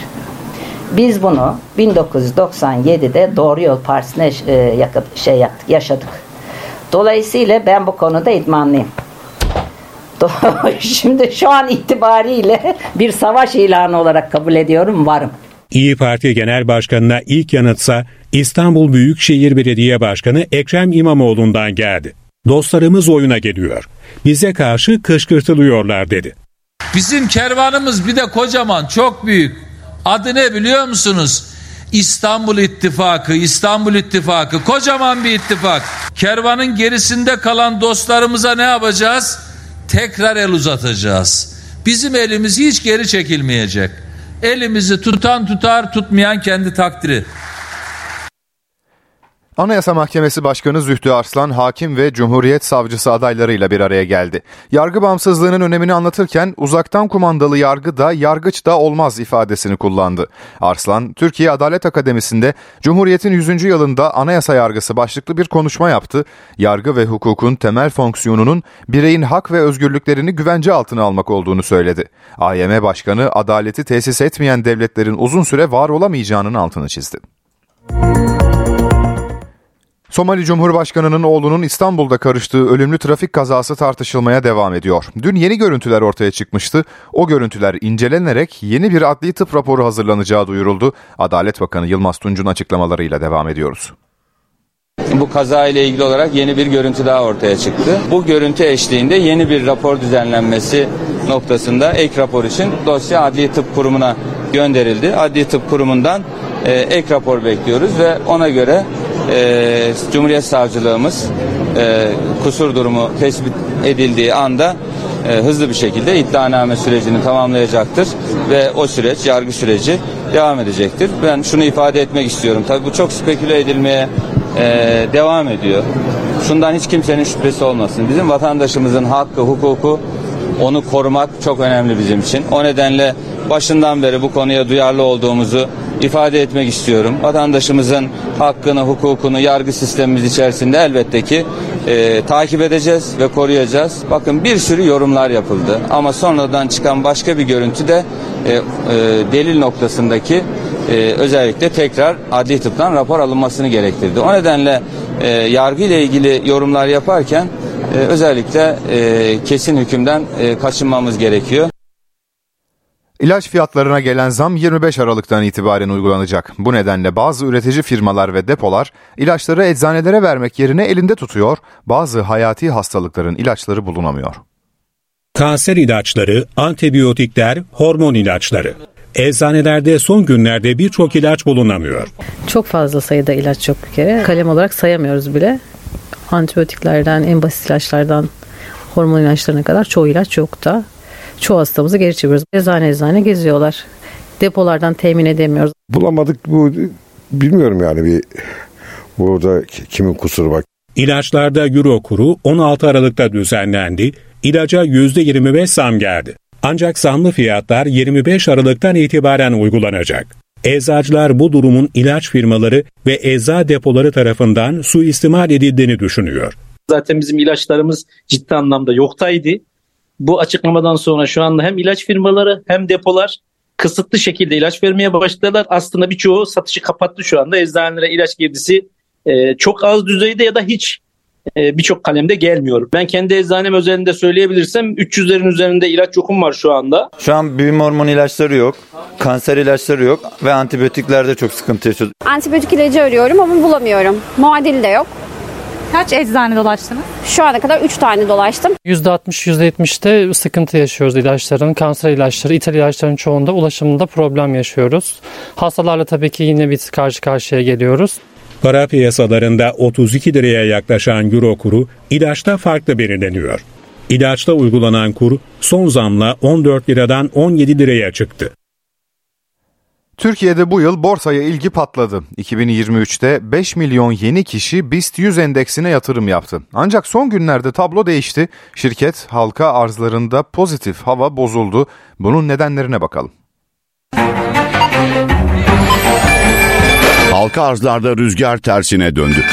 Biz bunu bin dokuz yüz doksan yedide Doğru Yol Partisi'ne şey yaptık, yaşadık. Dolayısıyla ben bu konuda idmanlıyım. Şimdi şu an itibariyle bir savaş ilanı olarak kabul ediyorum, varım. İYİ Parti Genel Başkanı'na ilk yanıtsa İstanbul Büyükşehir Belediye Başkanı Ekrem İmamoğlu'ndan geldi. "Dostlarımız oyuna geliyor, bize karşı kışkırtılıyorlar" dedi. Bizim kervanımız bir de kocaman, çok büyük. Adı ne biliyor musunuz? İstanbul İttifakı, İstanbul İttifakı, kocaman bir ittifak. Kervanın gerisinde kalan dostlarımıza ne yapacağız? Tekrar el uzatacağız. Bizim elimiz hiç geri çekilmeyecek. Elimizi tutan tutar, tutmayan kendi takdiri. Anayasa Mahkemesi Başkanı Zühtü Arslan, hakim ve Cumhuriyet Savcısı adaylarıyla bir araya geldi. Yargı bağımsızlığının önemini anlatırken uzaktan kumandalı yargı da yargıç da olmaz ifadesini kullandı. Arslan, Türkiye Adalet Akademisi'nde Cumhuriyet'in yüzüncü yılında anayasa yargısı başlıklı bir konuşma yaptı. Yargı ve hukukun temel fonksiyonunun bireyin hak ve özgürlüklerini güvence altına almak olduğunu söyledi. A Y M Başkanı, adaleti tesis etmeyen devletlerin uzun süre var olamayacağının altını çizdi. Somali Cumhurbaşkanı'nın oğlunun İstanbul'da karıştığı ölümlü trafik kazası tartışılmaya devam ediyor. Dün yeni görüntüler ortaya çıkmıştı. O görüntüler incelenerek yeni bir adli tıp raporu hazırlanacağı duyuruldu. Adalet Bakanı Yılmaz Tunç'un açıklamalarıyla devam ediyoruz. Bu kaza ile ilgili olarak yeni bir görüntü daha ortaya çıktı. Bu görüntü eşliğinde yeni bir rapor düzenlenmesi noktasında ek rapor için dosya Adli Tıp Kurumu'na gönderildi. Adli Tıp Kurumu'ndan e, ek rapor bekliyoruz ve ona göre e, Cumhuriyet Savcılığımız e, kusur durumu tespit edildiği anda e, hızlı bir şekilde iddianame sürecini tamamlayacaktır ve o süreç, yargı süreci devam edecektir. Ben şunu ifade etmek istiyorum. Tabii bu çok speküle edilmeye Ee, devam ediyor. Şundan hiç kimsenin şüphesi olmasın. Bizim vatandaşımızın hakkı, hukuku, onu korumak çok önemli bizim için. O nedenle başından beri bu konuya duyarlı olduğumuzu ifade etmek istiyorum. Vatandaşımızın hakkını, hukukunu yargı sistemimiz içerisinde elbette ki e, takip edeceğiz ve koruyacağız. Bakın bir sürü yorumlar yapıldı ama sonradan çıkan başka bir görüntü de e, e, delil noktasındaki e, özellikle tekrar adli tıptan rapor alınmasını gerektirdi. O nedenle e, yargı ile ilgili yorumlar yaparken e, özellikle e, kesin hükümden e, kaçınmamız gerekiyor. İlaç fiyatlarına gelen zam yirmi beş Aralık'tan itibaren uygulanacak. Bu nedenle bazı üretici firmalar ve depolar ilaçları eczanelere vermek yerine elinde tutuyor, bazı hayati hastalıkların ilaçları bulunamıyor. Kanser ilaçları, antibiyotikler, hormon ilaçları. Eczanelerde son günlerde birçok ilaç bulunamıyor. Çok fazla sayıda ilaç yok bir kere. Kalem olarak sayamıyoruz bile. Antibiyotiklerden, en basit ilaçlardan hormon ilaçlarına kadar çoğu ilaç yok da. Çoğu hastamızı geri çeviriyoruz. Eczane eczane geziyorlar. Depolardan temin edemiyoruz. Bulamadık, bu bilmiyorum yani, bir burada kimin kusuru var. İlaçlarda euro kuru on altı Aralık'ta düzenlendi. İlaca yüzde yirmi beş zam geldi. Ancak zamlı fiyatlar yirmi beş Aralık'tan itibaren uygulanacak. Eczacılar bu durumun ilaç firmaları ve ecza depoları tarafından suistimal edildiğini düşünüyor. Zaten bizim ilaçlarımız ciddi anlamda yoktaydı. Bu açıklamadan sonra şu anda hem ilaç firmaları hem depolar kısıtlı şekilde ilaç vermeye başladılar. Aslında birçoğu satışı kapattı şu anda. Eczanelere ilaç girdisi e, çok az düzeyde ya da hiç e, birçok kalemde gelmiyor. Ben kendi eczanem özelinde söyleyebilirsem üç yüzlerin üzerinde ilaç yokum var şu anda. Şu an büyüme hormonu ilaçları yok, kanser ilaçları yok ve antibiyotiklerde çok sıkıntı yaşıyoruz. Antibiyotik ilacı arıyorum ama bulamıyorum. Muadili de yok. Kaç eczane dolaştınız? Şu ana kadar üç tane dolaştım. yüzde altmış yüzde yetmişte sıkıntı yaşıyoruz ilaçların. Kanser ilaçları, ithal ilaçların çoğunda ulaşımında problem yaşıyoruz. Hastalarla tabii ki yine bir karşı karşıya geliyoruz. Para piyasalarında otuz iki liraya yaklaşan euro kuru ilaçta farklı belirleniyor. İlaçta uygulanan kur son zamla on dört liradan on yedi liraya çıktı. Türkiye'de bu yıl borsaya ilgi patladı. iki bin yirmi üçte beş milyon yeni kişi BIST yüz endeksine yatırım yaptı. Ancak son günlerde tablo değişti. Şirket halka arzlarında pozitif hava bozuldu. Bunun nedenlerine bakalım. Halka arzlarda rüzgar tersine döndü.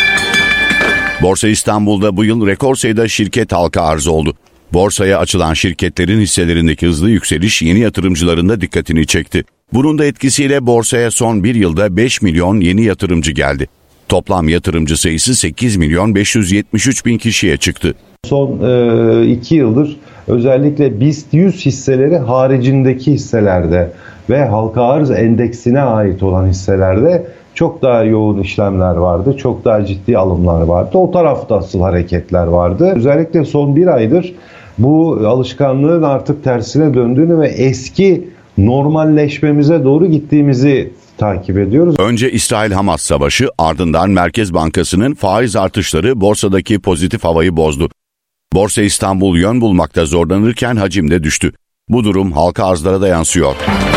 Borsa İstanbul'da bu yıl rekor sayıda şirket halka arz oldu. Borsaya açılan şirketlerin hisselerindeki hızlı yükseliş yeni yatırımcıların da dikkatini çekti. Bunun da etkisiyle borsaya son bir yılda beş milyon yeni yatırımcı geldi. Toplam yatırımcı sayısı sekiz milyon beş yüz yetmiş üç bin kişiye çıktı. Son e, iki yıldır özellikle BIST yüz hisseleri haricindeki hisselerde ve halka arz endeksine ait olan hisselerde çok daha yoğun işlemler vardı. Çok daha ciddi alımlar vardı. O tarafta asıl hareketler vardı. Özellikle son bir aydır bu alışkanlığın artık tersine döndüğünü ve eski normalleşmemize doğru gittiğimizi takip ediyoruz. Önce İsrail-Hamas savaşı, ardından Merkez Bankası'nın faiz artışları borsadaki pozitif havayı bozdu. Borsa İstanbul yön bulmakta zorlanırken hacim de düştü. Bu durum halka arzlara da yansıyor.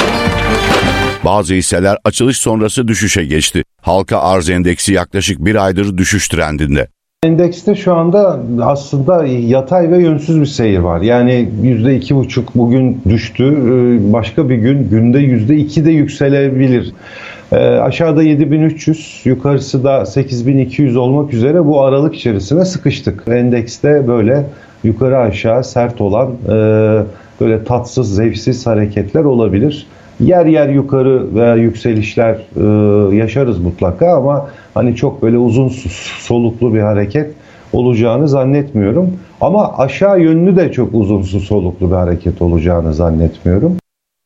Bazı hisseler açılış sonrası düşüşe geçti. Halka arz endeksi yaklaşık bir aydır düşüş trendinde. Endekste şu anda aslında yatay ve yönsüz bir seyir var. Yani yüzde iki buçuk bugün düştü. Başka bir gün günde yüzde iki de yükselebilir. E, aşağıda yedi bin üç yüz, yukarısı da sekiz bin iki yüz olmak üzere bu aralık içerisine sıkıştık. Endekste böyle yukarı aşağı sert olan e, böyle tatsız, zevksiz hareketler olabilir. Yer yer yukarı veya yükselişler e, yaşarız mutlaka ama hani çok böyle uzun soluklu bir hareket olacağını zannetmiyorum. Ama aşağı yönlü de çok uzun soluklu bir hareket olacağını zannetmiyorum.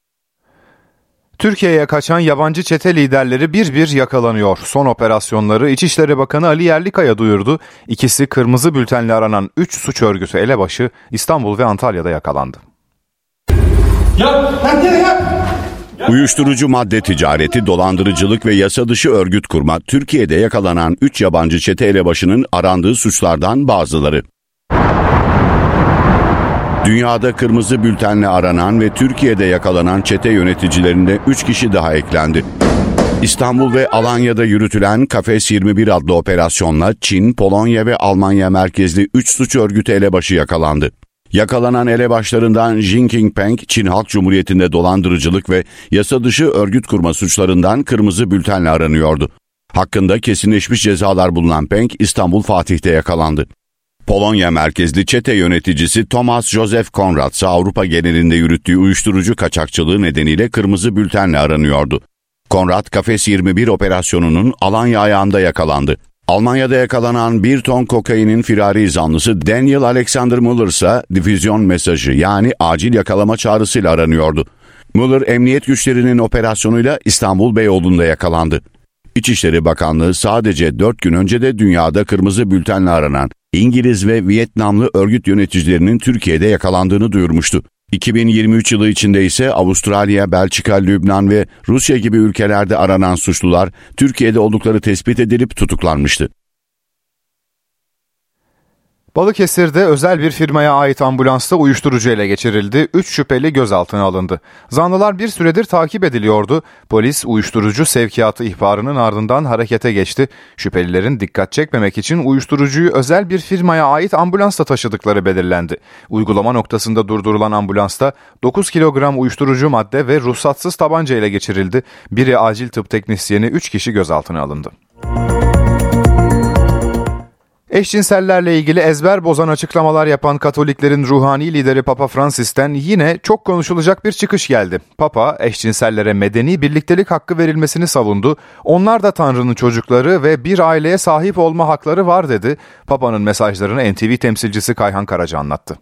Türkiye'ye kaçan yabancı çete liderleri bir bir yakalanıyor. Son operasyonları İçişleri Bakanı Ali Yerlikaya duyurdu. İkisi kırmızı bültenle aranan üç suç örgütü elebaşı İstanbul ve Antalya'da yakalandı. Yap, yap. Uyuşturucu madde ticareti, dolandırıcılık ve yasa dışı örgüt kurma, Türkiye'de yakalanan üç yabancı çete elebaşının arandığı suçlardan bazıları. Dünyada kırmızı bültenle aranan ve Türkiye'de yakalanan çete yöneticilerinde üç kişi daha eklendi. İstanbul ve Alanya'da yürütülen Kafes yirmi bir adlı operasyonla Çin, Polonya ve Almanya merkezli üç suç örgütü elebaşı yakalandı. Yakalanan elebaşlarından Jin Peng, Çin Halk Cumhuriyeti'nde dolandırıcılık ve yasa dışı örgüt kurma suçlarından kırmızı bültenle aranıyordu. Hakkında kesinleşmiş cezalar bulunan Peng, İstanbul Fatih'te yakalandı. Polonya merkezli çete yöneticisi Thomas Joseph Konrad ise Avrupa genelinde yürüttüğü uyuşturucu kaçakçılığı nedeniyle kırmızı bültenle aranıyordu. Konrad, Kafes yirmi bir operasyonunun Alanya ayağında yakalandı. Almanya'da yakalanan bir ton kokainin firari zanlısı Daniel Alexander Müller ise difüzyon mesajı yani acil yakalama çağrısıyla aranıyordu. Müller, emniyet güçlerinin operasyonuyla İstanbul Beyoğlu'nda yakalandı. İçişleri Bakanlığı sadece dört gün önce de dünyada kırmızı bültenle aranan İngiliz ve Vietnamlı örgüt yöneticilerinin Türkiye'de yakalandığını duyurmuştu. iki bin yirmi üç yılı içinde ise Avustralya, Belçika, Lübnan ve Rusya gibi ülkelerde aranan suçlular Türkiye'de oldukları tespit edilip tutuklanmıştı. Balıkesir'de özel bir firmaya ait ambulansta uyuşturucu ele geçirildi. üç şüpheli gözaltına alındı. Zanlılar bir süredir takip ediliyordu. Polis uyuşturucu sevkiyatı ihbarının ardından harekete geçti. Şüphelilerin dikkat çekmemek için uyuşturucuyu özel bir firmaya ait ambulansta taşıdıkları belirlendi. Uygulama noktasında durdurulan ambulansta dokuz kilogram uyuşturucu madde ve ruhsatsız tabanca ele geçirildi. Biri acil tıp teknisyeni, üç kişi gözaltına alındı. Eşcinsellerle ilgili ezber bozan açıklamalar yapan Katoliklerin ruhani lideri Papa Francis'ten yine çok konuşulacak bir çıkış geldi. Papa, eşcinsellere medeni birliktelik hakkı verilmesini savundu. Onlar da Tanrı'nın çocukları ve bir aileye sahip olma hakları var dedi. Papa'nın mesajlarını N T V temsilcisi Kayhan Karaca anlattı.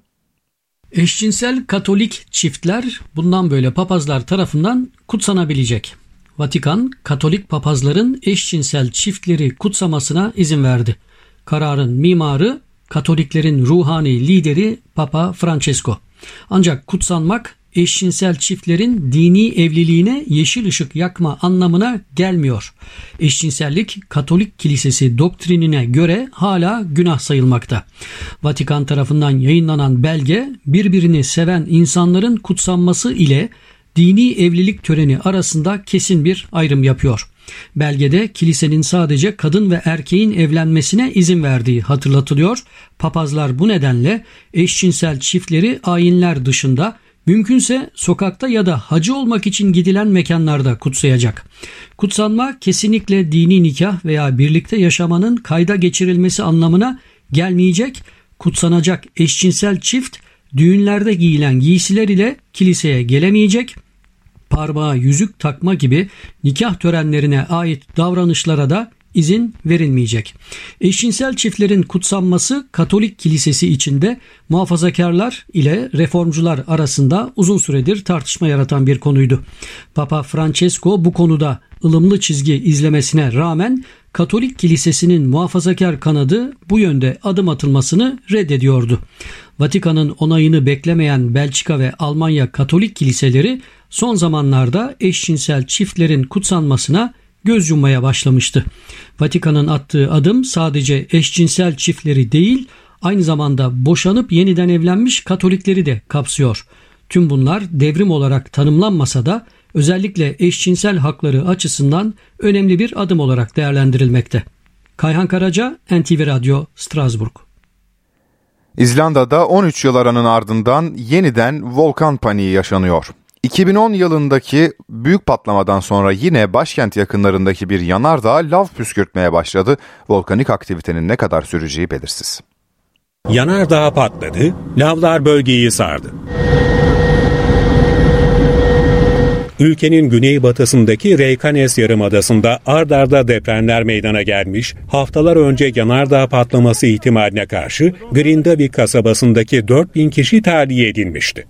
Eşcinsel Katolik çiftler bundan böyle papazlar tarafından kutsanabilecek. Vatikan, Katolik papazların eşcinsel çiftleri kutsamasına izin verdi. Kararın mimarı Katoliklerin ruhani lideri Papa Francesco. Ancak kutsanmak eşcinsel çiftlerin dini evliliğine yeşil ışık yakma anlamına gelmiyor. Eşcinsellik Katolik Kilisesi doktrinine göre hala günah sayılmakta. Vatikan tarafından yayınlanan belge birbirini seven insanların kutsanması ile dini evlilik töreni arasında kesin bir ayrım yapıyor. Belgede kilisenin sadece kadın ve erkeğin evlenmesine izin verdiği hatırlatılıyor. Papazlar bu nedenle eşcinsel çiftleri ayinler dışında, mümkünse sokakta ya da hacı olmak için gidilen mekanlarda kutsayacak. Kutsanma kesinlikle dini nikah veya birlikte yaşamanın kayda geçirilmesi anlamına gelmeyecek. Kutsanacak eşcinsel çift düğünlerde giyilen giysiler ile kiliseye gelemeyecek. Parmağa yüzük takma gibi nikah törenlerine ait davranışlara da izin verilmeyecek. Eşcinsel çiftlerin kutsanması Katolik Kilisesi içinde muhafazakarlar ile reformcular arasında uzun süredir tartışma yaratan bir konuydu. Papa Francesco bu konuda ılımlı çizgi izlemesine rağmen Katolik Kilisesi'nin muhafazakar kanadı bu yönde adım atılmasını reddediyordu. Vatikan'ın onayını beklemeyen Belçika ve Almanya Katolik kiliseleri son zamanlarda eşcinsel çiftlerin kutsanmasına göz yummaya başlamıştı. Vatikan'ın attığı adım sadece eşcinsel çiftleri değil, aynı zamanda boşanıp yeniden evlenmiş Katolikleri de kapsıyor. Tüm bunlar devrim olarak tanımlanmasa da özellikle eşcinsel hakları açısından önemli bir adım olarak değerlendirilmekte. Kayhan Karaca, N T V Radyo, Strasbourg. İzlanda'da on üç yıl aranın ardından yeniden volkan paniği yaşanıyor. iki bin on yılındaki büyük patlamadan sonra yine başkent yakınlarındaki bir yanardağ lav püskürtmeye başladı. Volkanik aktivitenin ne kadar süreceği belirsiz. Yanardağ patladı, lavlar bölgeyi sardı. Ülkenin güneybatısındaki Reykjanes Yarımadası'nda ard arda depremler meydana gelmiş, haftalar önce yanardağ patlaması ihtimaline karşı Grindavik kasabasındaki dört bin kişi tahliye edilmişti.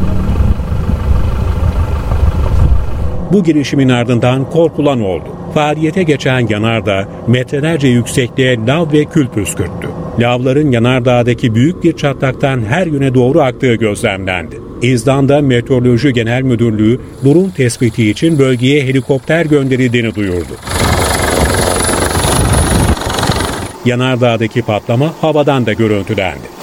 Bu girişimin ardından korkulan oldu. Faaliyete geçen yanardağ metrelerce yüksekliğe lav ve kül püskürttü. Lavların yanardağdaki büyük bir çatlaktan her yöne doğru aktığı gözlemlendi. İzlanda Meteoroloji Genel Müdürlüğü durum tespiti için bölgeye helikopter gönderildiğini duyurdu. Yanardağ'daki patlama havadan da görüntülendi.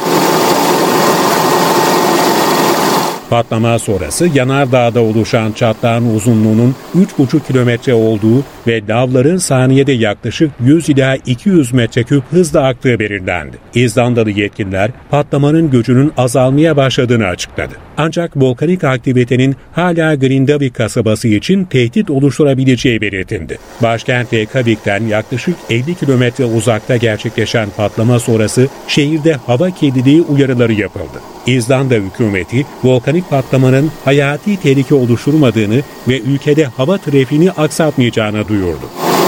Patlama sonrası yanardağda oluşan çatlağın uzunluğunun üç buçuk kilometre olduğu ve lavların saniyede yaklaşık yüz ila iki yüz metreküp hızla aktığı belirlendi. İzlandalı yetkililer patlamanın gücünün azalmaya başladığını açıkladı. Ancak volkanik aktivitenin hala Grindavik kasabası için tehdit oluşturabileceği belirtildi. Başkent Reykjavik'ten yaklaşık elli kilometre uzakta gerçekleşen patlama sonrası şehirde hava kirliliği uyarıları yapıldı. İzlanda hükümeti volkanik patlamanın hayati tehlike oluşturmadığını ve ülkede hava trafiğini aksatmayacağını duyurdu.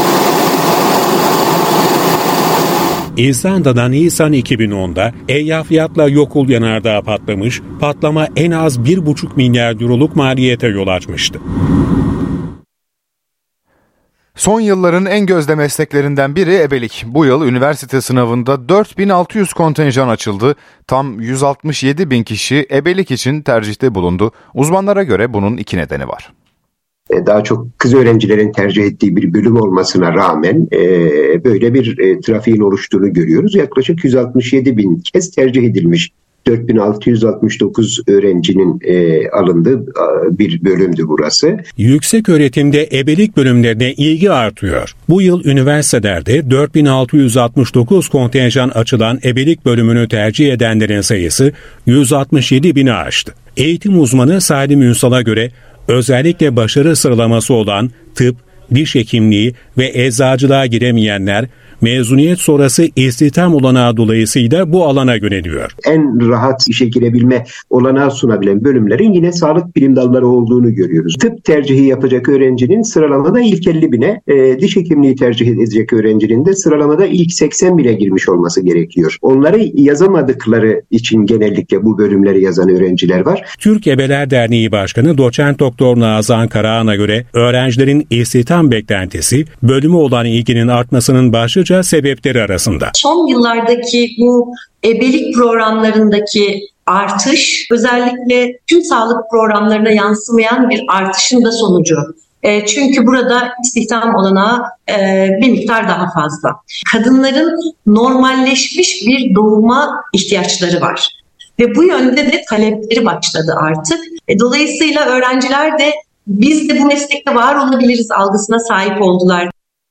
İzlanda'da Nisan iki bin onda Eyjafjallajökull Yokul yanardağı patlamış, patlama en az bir buçuk milyar euroluk maliyete yol açmıştı. Son yılların en gözde mesleklerinden biri ebelik. Bu yıl üniversite sınavında dört bin altı yüz kontenjan açıldı. Tam yüz altmış yedi bin kişi ebelik için tercihte bulundu. Uzmanlara göre bunun iki nedeni var. Daha çok kız öğrencilerin tercih ettiği bir bölüm olmasına rağmen e, böyle bir e, trafiğin oluştuğunu görüyoruz. Yaklaşık yüz altmış yedi bin kez tercih edilmiş. dört bin altı yüz altmış dokuz öğrencinin e, alındığı bir bölümdü burası. Yüksek öğretimde ebelik bölümlerine ilgi artıyor. Bu yıl üniversitelerde dört bin altı yüz altmış dokuz kontenjan açılan ebelik bölümünü tercih edenlerin sayısı yüz altmış yedi bini aştı. Eğitim uzmanı Salim Ünsal'a göre özellikle başarı sıralaması olan tıp, diş hekimliği ve eczacılığa giremeyenler mezuniyet sonrası istihdam olanağı dolayısıyla bu alana yöneliyor. En rahat işe girebilme olanağı sunabilen bölümlerin yine sağlık bilim dalları olduğunu görüyoruz. Tıp tercihi yapacak öğrencinin sıralamada ilk elli bine, e, diş hekimliği tercih edecek öğrencinin de sıralamada ilk seksen bine girmiş olması gerekiyor. Onları yazamadıkları için genellikle bu bölümleri yazan öğrenciler var. Türk Ebeler Derneği Başkanı Doçent Doktor Nazan Karahan'a göre öğrencilerin istihdam beklentisi bölümü olan ilginin artmasının başlıca sebepleri arasında. Son yıllardaki bu ebelik programlarındaki artış özellikle tüm sağlık programlarına yansımayan bir artışın da sonucu. E, çünkü burada istihdam olanağı e, bir miktar daha fazla. Kadınların normalleşmiş bir doğuma ihtiyaçları var. Ve bu yönde de talepleri başladı artık. E, dolayısıyla öğrenciler de biz de bu meslekte var olabiliriz algısına sahip oldular.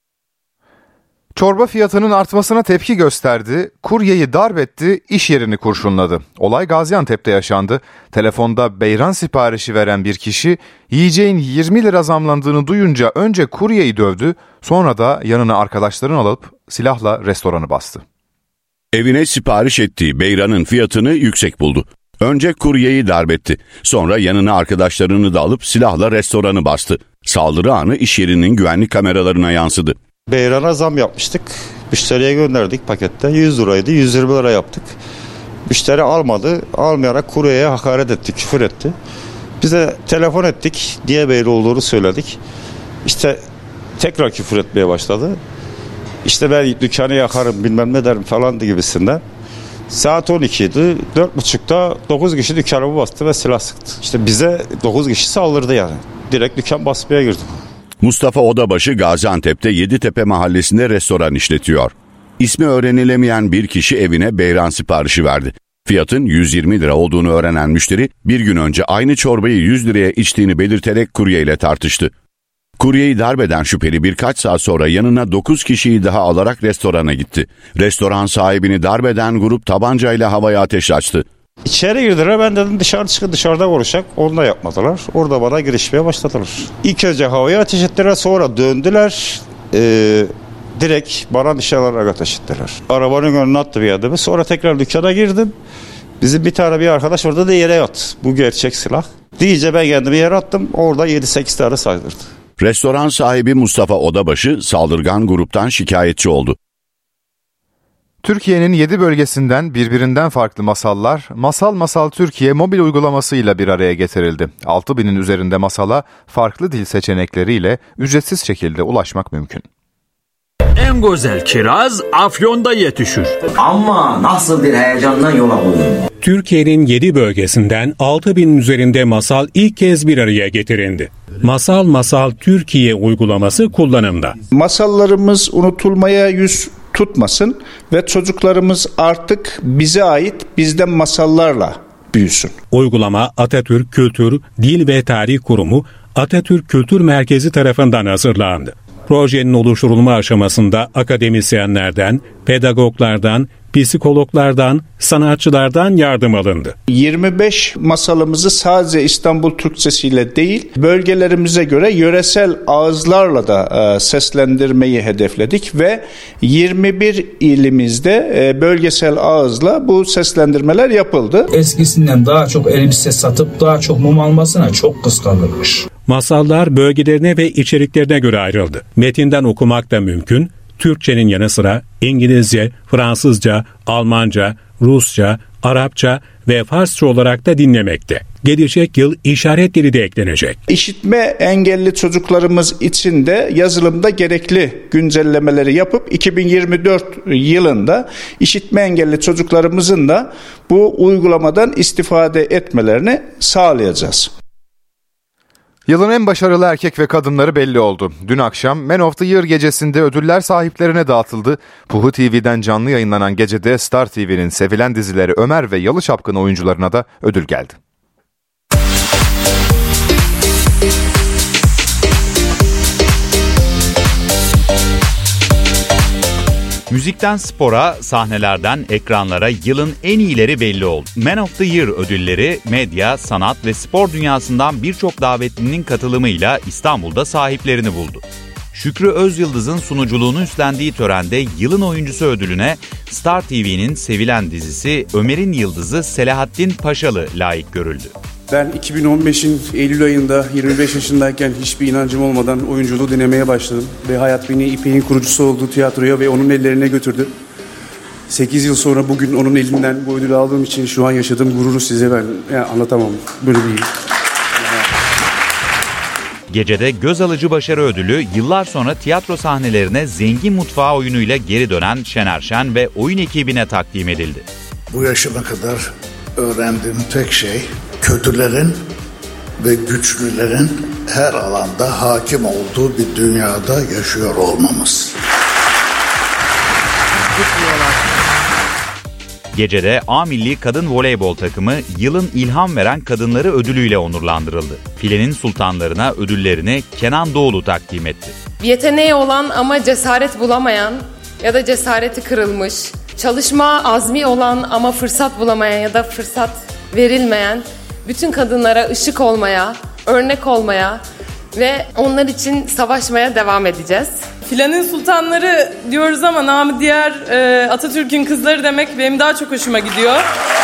Çorba fiyatının artmasına tepki gösterdi, kuryeyi darp etti, iş yerini kurşunladı. Olay Gaziantep'te yaşandı. Telefonda beyran siparişi veren bir kişi yiyeceğin yirmi lira zamlandığını duyunca önce kuryeyi dövdü, sonra da yanına arkadaşlarını alıp silahla restoranı bastı. Evine sipariş ettiği beyranın fiyatını yüksek buldu. Önce kuryeyi darp etti. Sonra yanına arkadaşlarını da alıp silahla restoranı bastı. Saldırı anı iş yerinin güvenlik kameralarına yansıdı. Beyrana zam yapmıştık. Müşteriye gönderdik pakette. yüz liraydı. yüz yirmi lira yaptık. Müşteri almadı. Almayarak kuryeye hakaret etti, küfür etti. Bize telefon ettik. Niye böyle olduğunu söyledik. İşte tekrar küfür etmeye başladı. İşte ben dükkanı yakarım bilmem ne derim falan gibisinden. Saat on iki idi. dört buçukta dokuz kişi dükkanımı bastı ve silah sıktı. İşte bize dokuz kişi saldırdı yani. Direkt dükkan basmaya girdi. Mustafa Odabaşı Gaziantep'te Yeditepe mahallesinde restoran işletiyor. İsmi öğrenilemeyen bir kişi evine beyran siparişi verdi. Fiyatın yüz yirmi lira olduğunu öğrenen müşteri bir gün önce aynı çorbayı yüz liraya içtiğini belirterek kuryeyle tartıştı. Kuryeyi darp eden şüpheli birkaç saat sonra yanına dokuz kişiyi daha alarak restorana gitti. Restoran sahibini darp eden grup tabancayla havaya ateş açtı. İçeri girdiler, ben dedim dışarı çıkın dışarıda konuşacak, onu da yapmadılar. Orada bana girişmeye başladılar. İlk önce havaya ateş ettiler, sonra döndüler, ee, direkt bana nişanlanarak ateş ettiler. Arabanın önüne attı bir adamı, sonra tekrar dükkana girdim. Bizim bir tane bir arkadaş orada da yere yattı, bu gerçek silah. Diyece ben kendimi yere attım, orada yedi sekiz tane saldırdı. Restoran sahibi Mustafa Odabaşı saldırgan gruptan şikayetçi oldu. Türkiye'nin yedi bölgesinden birbirinden farklı masallar, Masal Masal Türkiye mobil uygulamasıyla bir araya getirildi. altı binin üzerinde masala farklı dil seçenekleriyle ücretsiz şekilde ulaşmak mümkün. En güzel kiraz Afyon'da yetişir. Ama nasıl bir heyecandan yola koyuldu. Türkiye'nin yedi bölgesinden altı binin üzerinde masal ilk kez bir araya getirildi. Masal Masal Türkiye uygulaması kullanımda. Masallarımız unutulmaya yüz tutmasın ve çocuklarımız artık bize ait bizden masallarla büyüsün. Uygulama Atatürk Kültür, Dil ve Tarih Kurumu, Atatürk Kültür Merkezi tarafından hazırlandı. Projenin oluşturulma aşamasında akademisyenlerden, pedagoglardan, psikologlardan, sanatçılardan yardım alındı. yirmi beş masalımızı sadece İstanbul Türkçesiyle değil, bölgelerimize göre yöresel ağızlarla da e, seslendirmeyi hedefledik ve yirmi bir ilimizde e, bölgesel ağızla bu seslendirmeler yapıldı. Eskisinden daha çok elbise satıp daha çok mum almasına çok kıskanılmış. Masallar bölgelerine ve içeriklerine göre ayrıldı. Metinden okumak da mümkün. Türkçenin yanı sıra İngilizce, Fransızca, Almanca, Rusça, Arapça ve Farsça olarak da dinlemekte. Gelecek yıl işaret dili de eklenecek. İşitme engelli çocuklarımız için de yazılımda gerekli güncellemeleri yapıp iki bin yirmi dört yılında işitme engelli çocuklarımızın da bu uygulamadan istifade etmelerini sağlayacağız. Yılın en başarılı erkek ve kadınları belli oldu. Dün akşam Man of the Year gecesinde ödüller sahiplerine dağıtıldı. Puhu T V'den canlı yayınlanan gecede Star T V'nin sevilen dizileri Ömer ve Yalı Çapkın oyuncularına da ödül geldi. Müzikten spora, sahnelerden ekranlara yılın en iyileri belli oldu. Man of the Year ödülleri medya, sanat ve spor dünyasından birçok davetlinin katılımıyla İstanbul'da sahiplerini buldu. Şükrü Özyıldız'ın sunuculuğunu üstlendiği törende yılın oyuncusu ödülüne Star T V'nin sevilen dizisi Ömer'in Yıldızı Selahattin Paşalı layık görüldü. Ben iki bin on beşin Eylül ayında yirmi beş yaşındayken hiçbir inancım olmadan oyunculuğu denemeye başladım. Ve hayat beni İpek'in kurucusu olduğu tiyatroya ve onun ellerine götürdü. sekiz yıl sonra bugün onun elinden bu ödülü aldığım için şu an yaşadığım gururu size ben yani anlatamam. Böyle değil. Gecede göz alıcı başarı ödülü yıllar sonra tiyatro sahnelerine Zengin Mutfağı oyunuyla geri dönen Şener Şen ve oyun ekibine takdim edildi. Bu yaşıma kadar öğrendiğim tek şey kötülerin ve güçlülerin her alanda hakim olduğu bir dünyada yaşıyor olmamız. Gecede A Milli Kadın Voleybol takımı yılın ilham veren kadınları ödülüyle onurlandırıldı. Filenin sultanlarına ödüllerini Kenan Doğulu takdim etti. Yeteneği olan ama cesaret bulamayan ya da cesareti kırılmış, çalışma azmi olan ama fırsat bulamayan ya da fırsat verilmeyen bütün kadınlara ışık olmaya, örnek olmaya ve onlar için savaşmaya devam edeceğiz. Filenin sultanları diyoruz ama namı diğer e, Atatürk'ün kızları demek benim daha çok hoşuma gidiyor.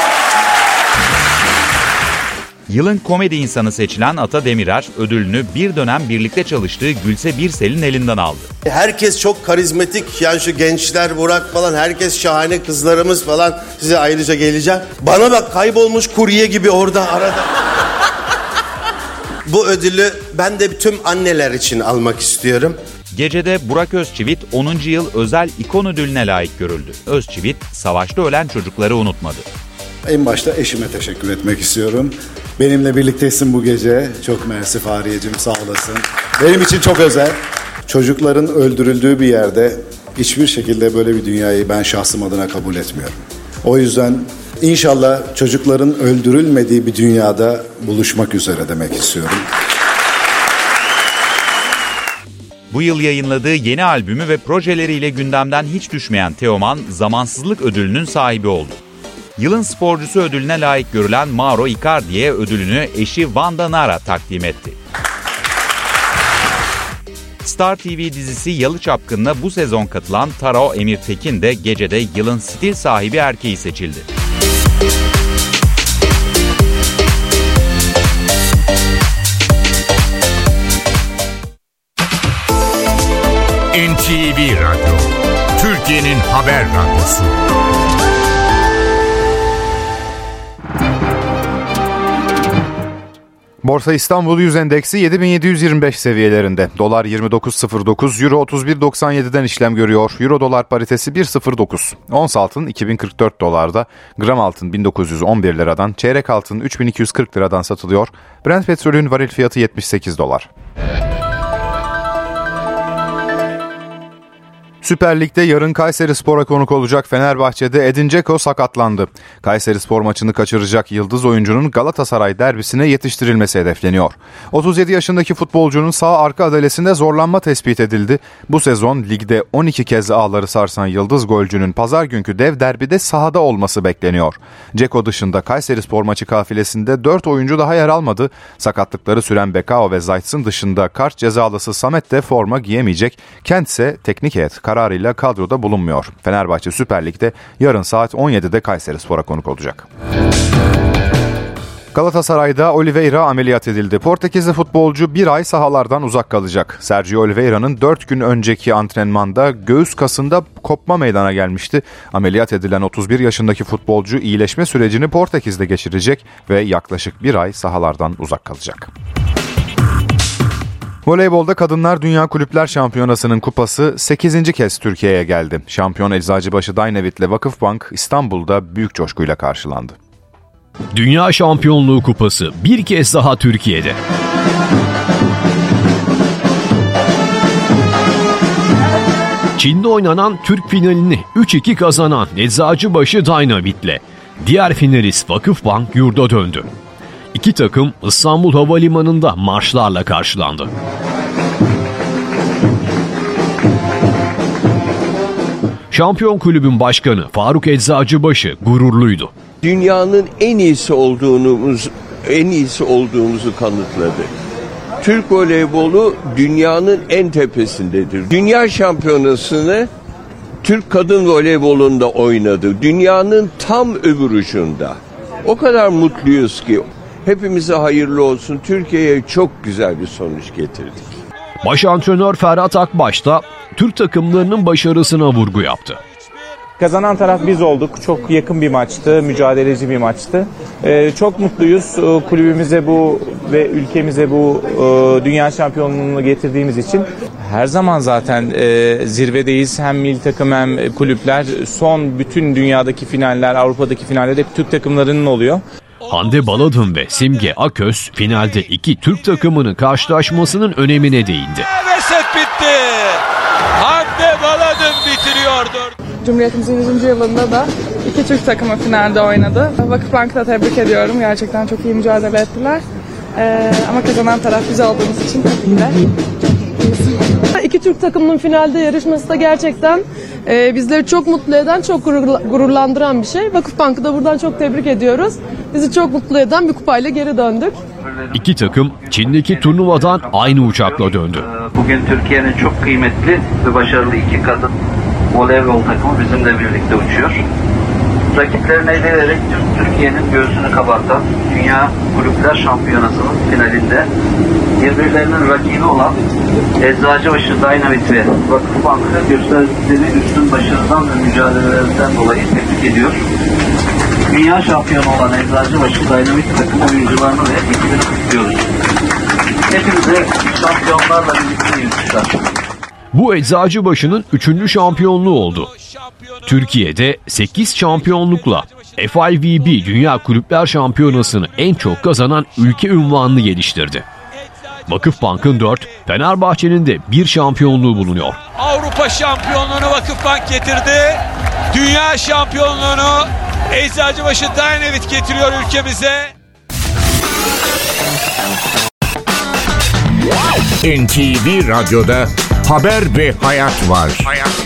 Yılın komedi insanı seçilen Ata Demirer ödülünü bir dönem birlikte çalıştığı Gülse Birsel'in elinden aldı. Herkes çok karizmatik, yani şu gençler, Burak falan, herkes şahane, kızlarımız falan, size ayrıca geleceğim. Bana bak, kaybolmuş kurye gibi orada arada. Bu ödülü ben de tüm anneler için almak istiyorum. Gecede Burak Özçivit onuncu yıl özel ikon ödülüne layık görüldü. Özçivit savaşta ölen çocukları unutmadı. En başta eşime teşekkür etmek istiyorum. Benimle birliktesin bu gece. Çok mersi Fariyeciğim, sağ olasın. Benim için çok özel. Çocukların öldürüldüğü bir yerde hiçbir şekilde böyle bir dünyayı ben şahsım adına kabul etmiyorum. O yüzden inşallah çocukların öldürülmediği bir dünyada buluşmak üzere demek istiyorum. Bu yıl yayınladığı yeni albümü ve projeleriyle gündemden hiç düşmeyen Teoman, Zamansızlık ödülünün sahibi oldu. Yılın sporcusu ödülüne layık görülen Mauro Icardi'ye ödülünü eşi Vanda Nara takdim etti. Star T V dizisi Yalı Çapkın'la bu sezon katılan Taro Emirtekin de gecede yılın stil sahibi erkeği seçildi. N T V Radyo, Türkiye'nin haber radyosu. Borsa İstanbul Yüz Endeksi yedi bin yedi yüz yirmi beş seviyelerinde. Dolar yirmi dokuz virgül sıfır dokuz, Euro otuz bir virgül doksan yedi'den işlem görüyor. Euro dolar paritesi bir virgül sıfır dokuz. Ons altın iki bin kırk dört dolarda, gram altın bin dokuz yüz on bir liradan, çeyrek altın üç bin iki yüz kırk liradan satılıyor. Brent petrolün varil fiyatı yetmiş sekiz dolar. Süper Lig'de yarın Kayserispor'a konuk olacak Fenerbahçe'de Edin Dzeko sakatlandı. Kayserispor maçını kaçıracak yıldız oyuncunun Galatasaray derbisine yetiştirilmesi hedefleniyor. otuz yedi yaşındaki futbolcunun sağ arka adalesinde zorlanma tespit edildi. Bu sezon ligde on iki kez ağları sarsan yıldız golcünün pazar günkü dev derbide sahada olması bekleniyor. Dzeko dışında Kayserispor maçı kafilesinde dört oyuncu daha yer almadı. Sakatlıkları süren Bekao ve Zayt'sın dışında kart cezalısı Samet de forma giyemeyecek. Kent ise teknik heyet kararıyla kadroda bulunmuyor. Fenerbahçe Süper Lig'de yarın saat on yedide Kayserispor'a konuk olacak. Galatasaray'da Oliveira ameliyat edildi. Portekizli futbolcu bir ay sahalardan uzak kalacak. Sergio Oliveira'nın dört gün önceki antrenmanda göğüs kasında kopma meydana gelmişti. Ameliyat edilen otuz bir yaşındaki futbolcu iyileşme sürecini Portekiz'de geçirecek ve yaklaşık bir ay sahalardan uzak kalacak. Voleybolda Kadınlar Dünya Kulüpler Şampiyonası'nın kupası sekizinci kez Türkiye'ye geldi. Şampiyon Eczacıbaşı Dynavit'le Vakıfbank İstanbul'da büyük coşkuyla karşılandı. Dünya Şampiyonluğu kupası bir kez daha Türkiye'de. Çin'de oynanan Türk finalini üç iki kazanan Eczacıbaşı Dynavit'le diğer finalist Vakıfbank yurda döndü. İki takım İstanbul Havalimanı'nda marşlarla karşılandı. Şampiyon kulübün başkanı Faruk Eczacıbaşı gururluydu. Dünyanın en iyisi olduğumuz, en iyisi olduğumuzu kanıtladık. Türk voleybolu dünyanın en tepesindedir. Dünya şampiyonasını Türk kadın voleybolunda oynadı. Dünyanın tam öbür ucunda. O kadar mutluyuz ki. Hepimize hayırlı olsun. Türkiye'ye çok güzel bir sonuç getirdik. Baş antrenör Ferhat Akbaş da Türk takımlarının başarısına vurgu yaptı. Kazanan taraf biz olduk. Çok yakın bir maçtı, mücadeleci bir maçtı. Ee, çok mutluyuz kulübümüze bu ve ülkemize bu e, dünya şampiyonluğunu getirdiğimiz için. Her zaman zaten e, zirvedeyiz. Hem milli takım hem kulüpler. Son bütün dünyadaki finaller, Avrupa'daki finaller hep Türk takımlarının oluyor. Hande Baladın ve Simge Aköz finalde iki Türk takımının karşılaşmasının önemine değindi. Ve set bitti. Hande Baladın bitiriyordu. Cumhuriyetimizin yüzüncü yılında da iki Türk takımı finalde oynadı. Vakıfbank'ı da tebrik ediyorum. Gerçekten çok iyi mücadele ettiler. Ee, ama kazanan taraf biz olduğumuz için tabii ki de İki Türk takımının finalde yarışması da gerçekten e, bizleri çok mutlu eden, çok gurur, gururlandıran bir şey. Vakıfbank'ı da buradan çok tebrik ediyoruz. Bizi çok mutlu eden bir kupayla geri döndük. İki takım Çin'deki turnuvadan aynı uçakla döndü. Bugün Türkiye'nin çok kıymetli ve başarılı iki kadın voleybol takımı bizimle birlikte uçuyor. Rakiplerini eleyerek Türkiye'nin göğsünü kabartan Dünya Kulüpler Şampiyonası'nın finalinde birbirlerinin rakibi olan Eczacıbaşı Dynavit ve Vakıfbank'ı gösterdikleri üstün başarıdan ve mücadelelerinden dolayı tebrik ediyor. Dünya şampiyonu olan Eczacıbaşı Dynavit takım oyuncularını ve ekibini kutluyoruz. Hepimize şampiyonlarla birlikte yürüyüşler. Bu Eczacıbaşı'nın üçüncü şampiyonluğu oldu. Türkiye'de sekiz şampiyonlukla F I V B Dünya Kulüpler Şampiyonası'nı en çok kazanan ülke unvanını geliştirdi. Vakıfbank'ın dört, Fenerbahçe'nin de bir şampiyonluğu bulunuyor. Avrupa şampiyonluğunu Vakıfbank getirdi. Dünya şampiyonluğunu Eczacıbaşı Dynavit getiriyor ülkemize. N T V Radyo'da haber ve hayat var. Hayat.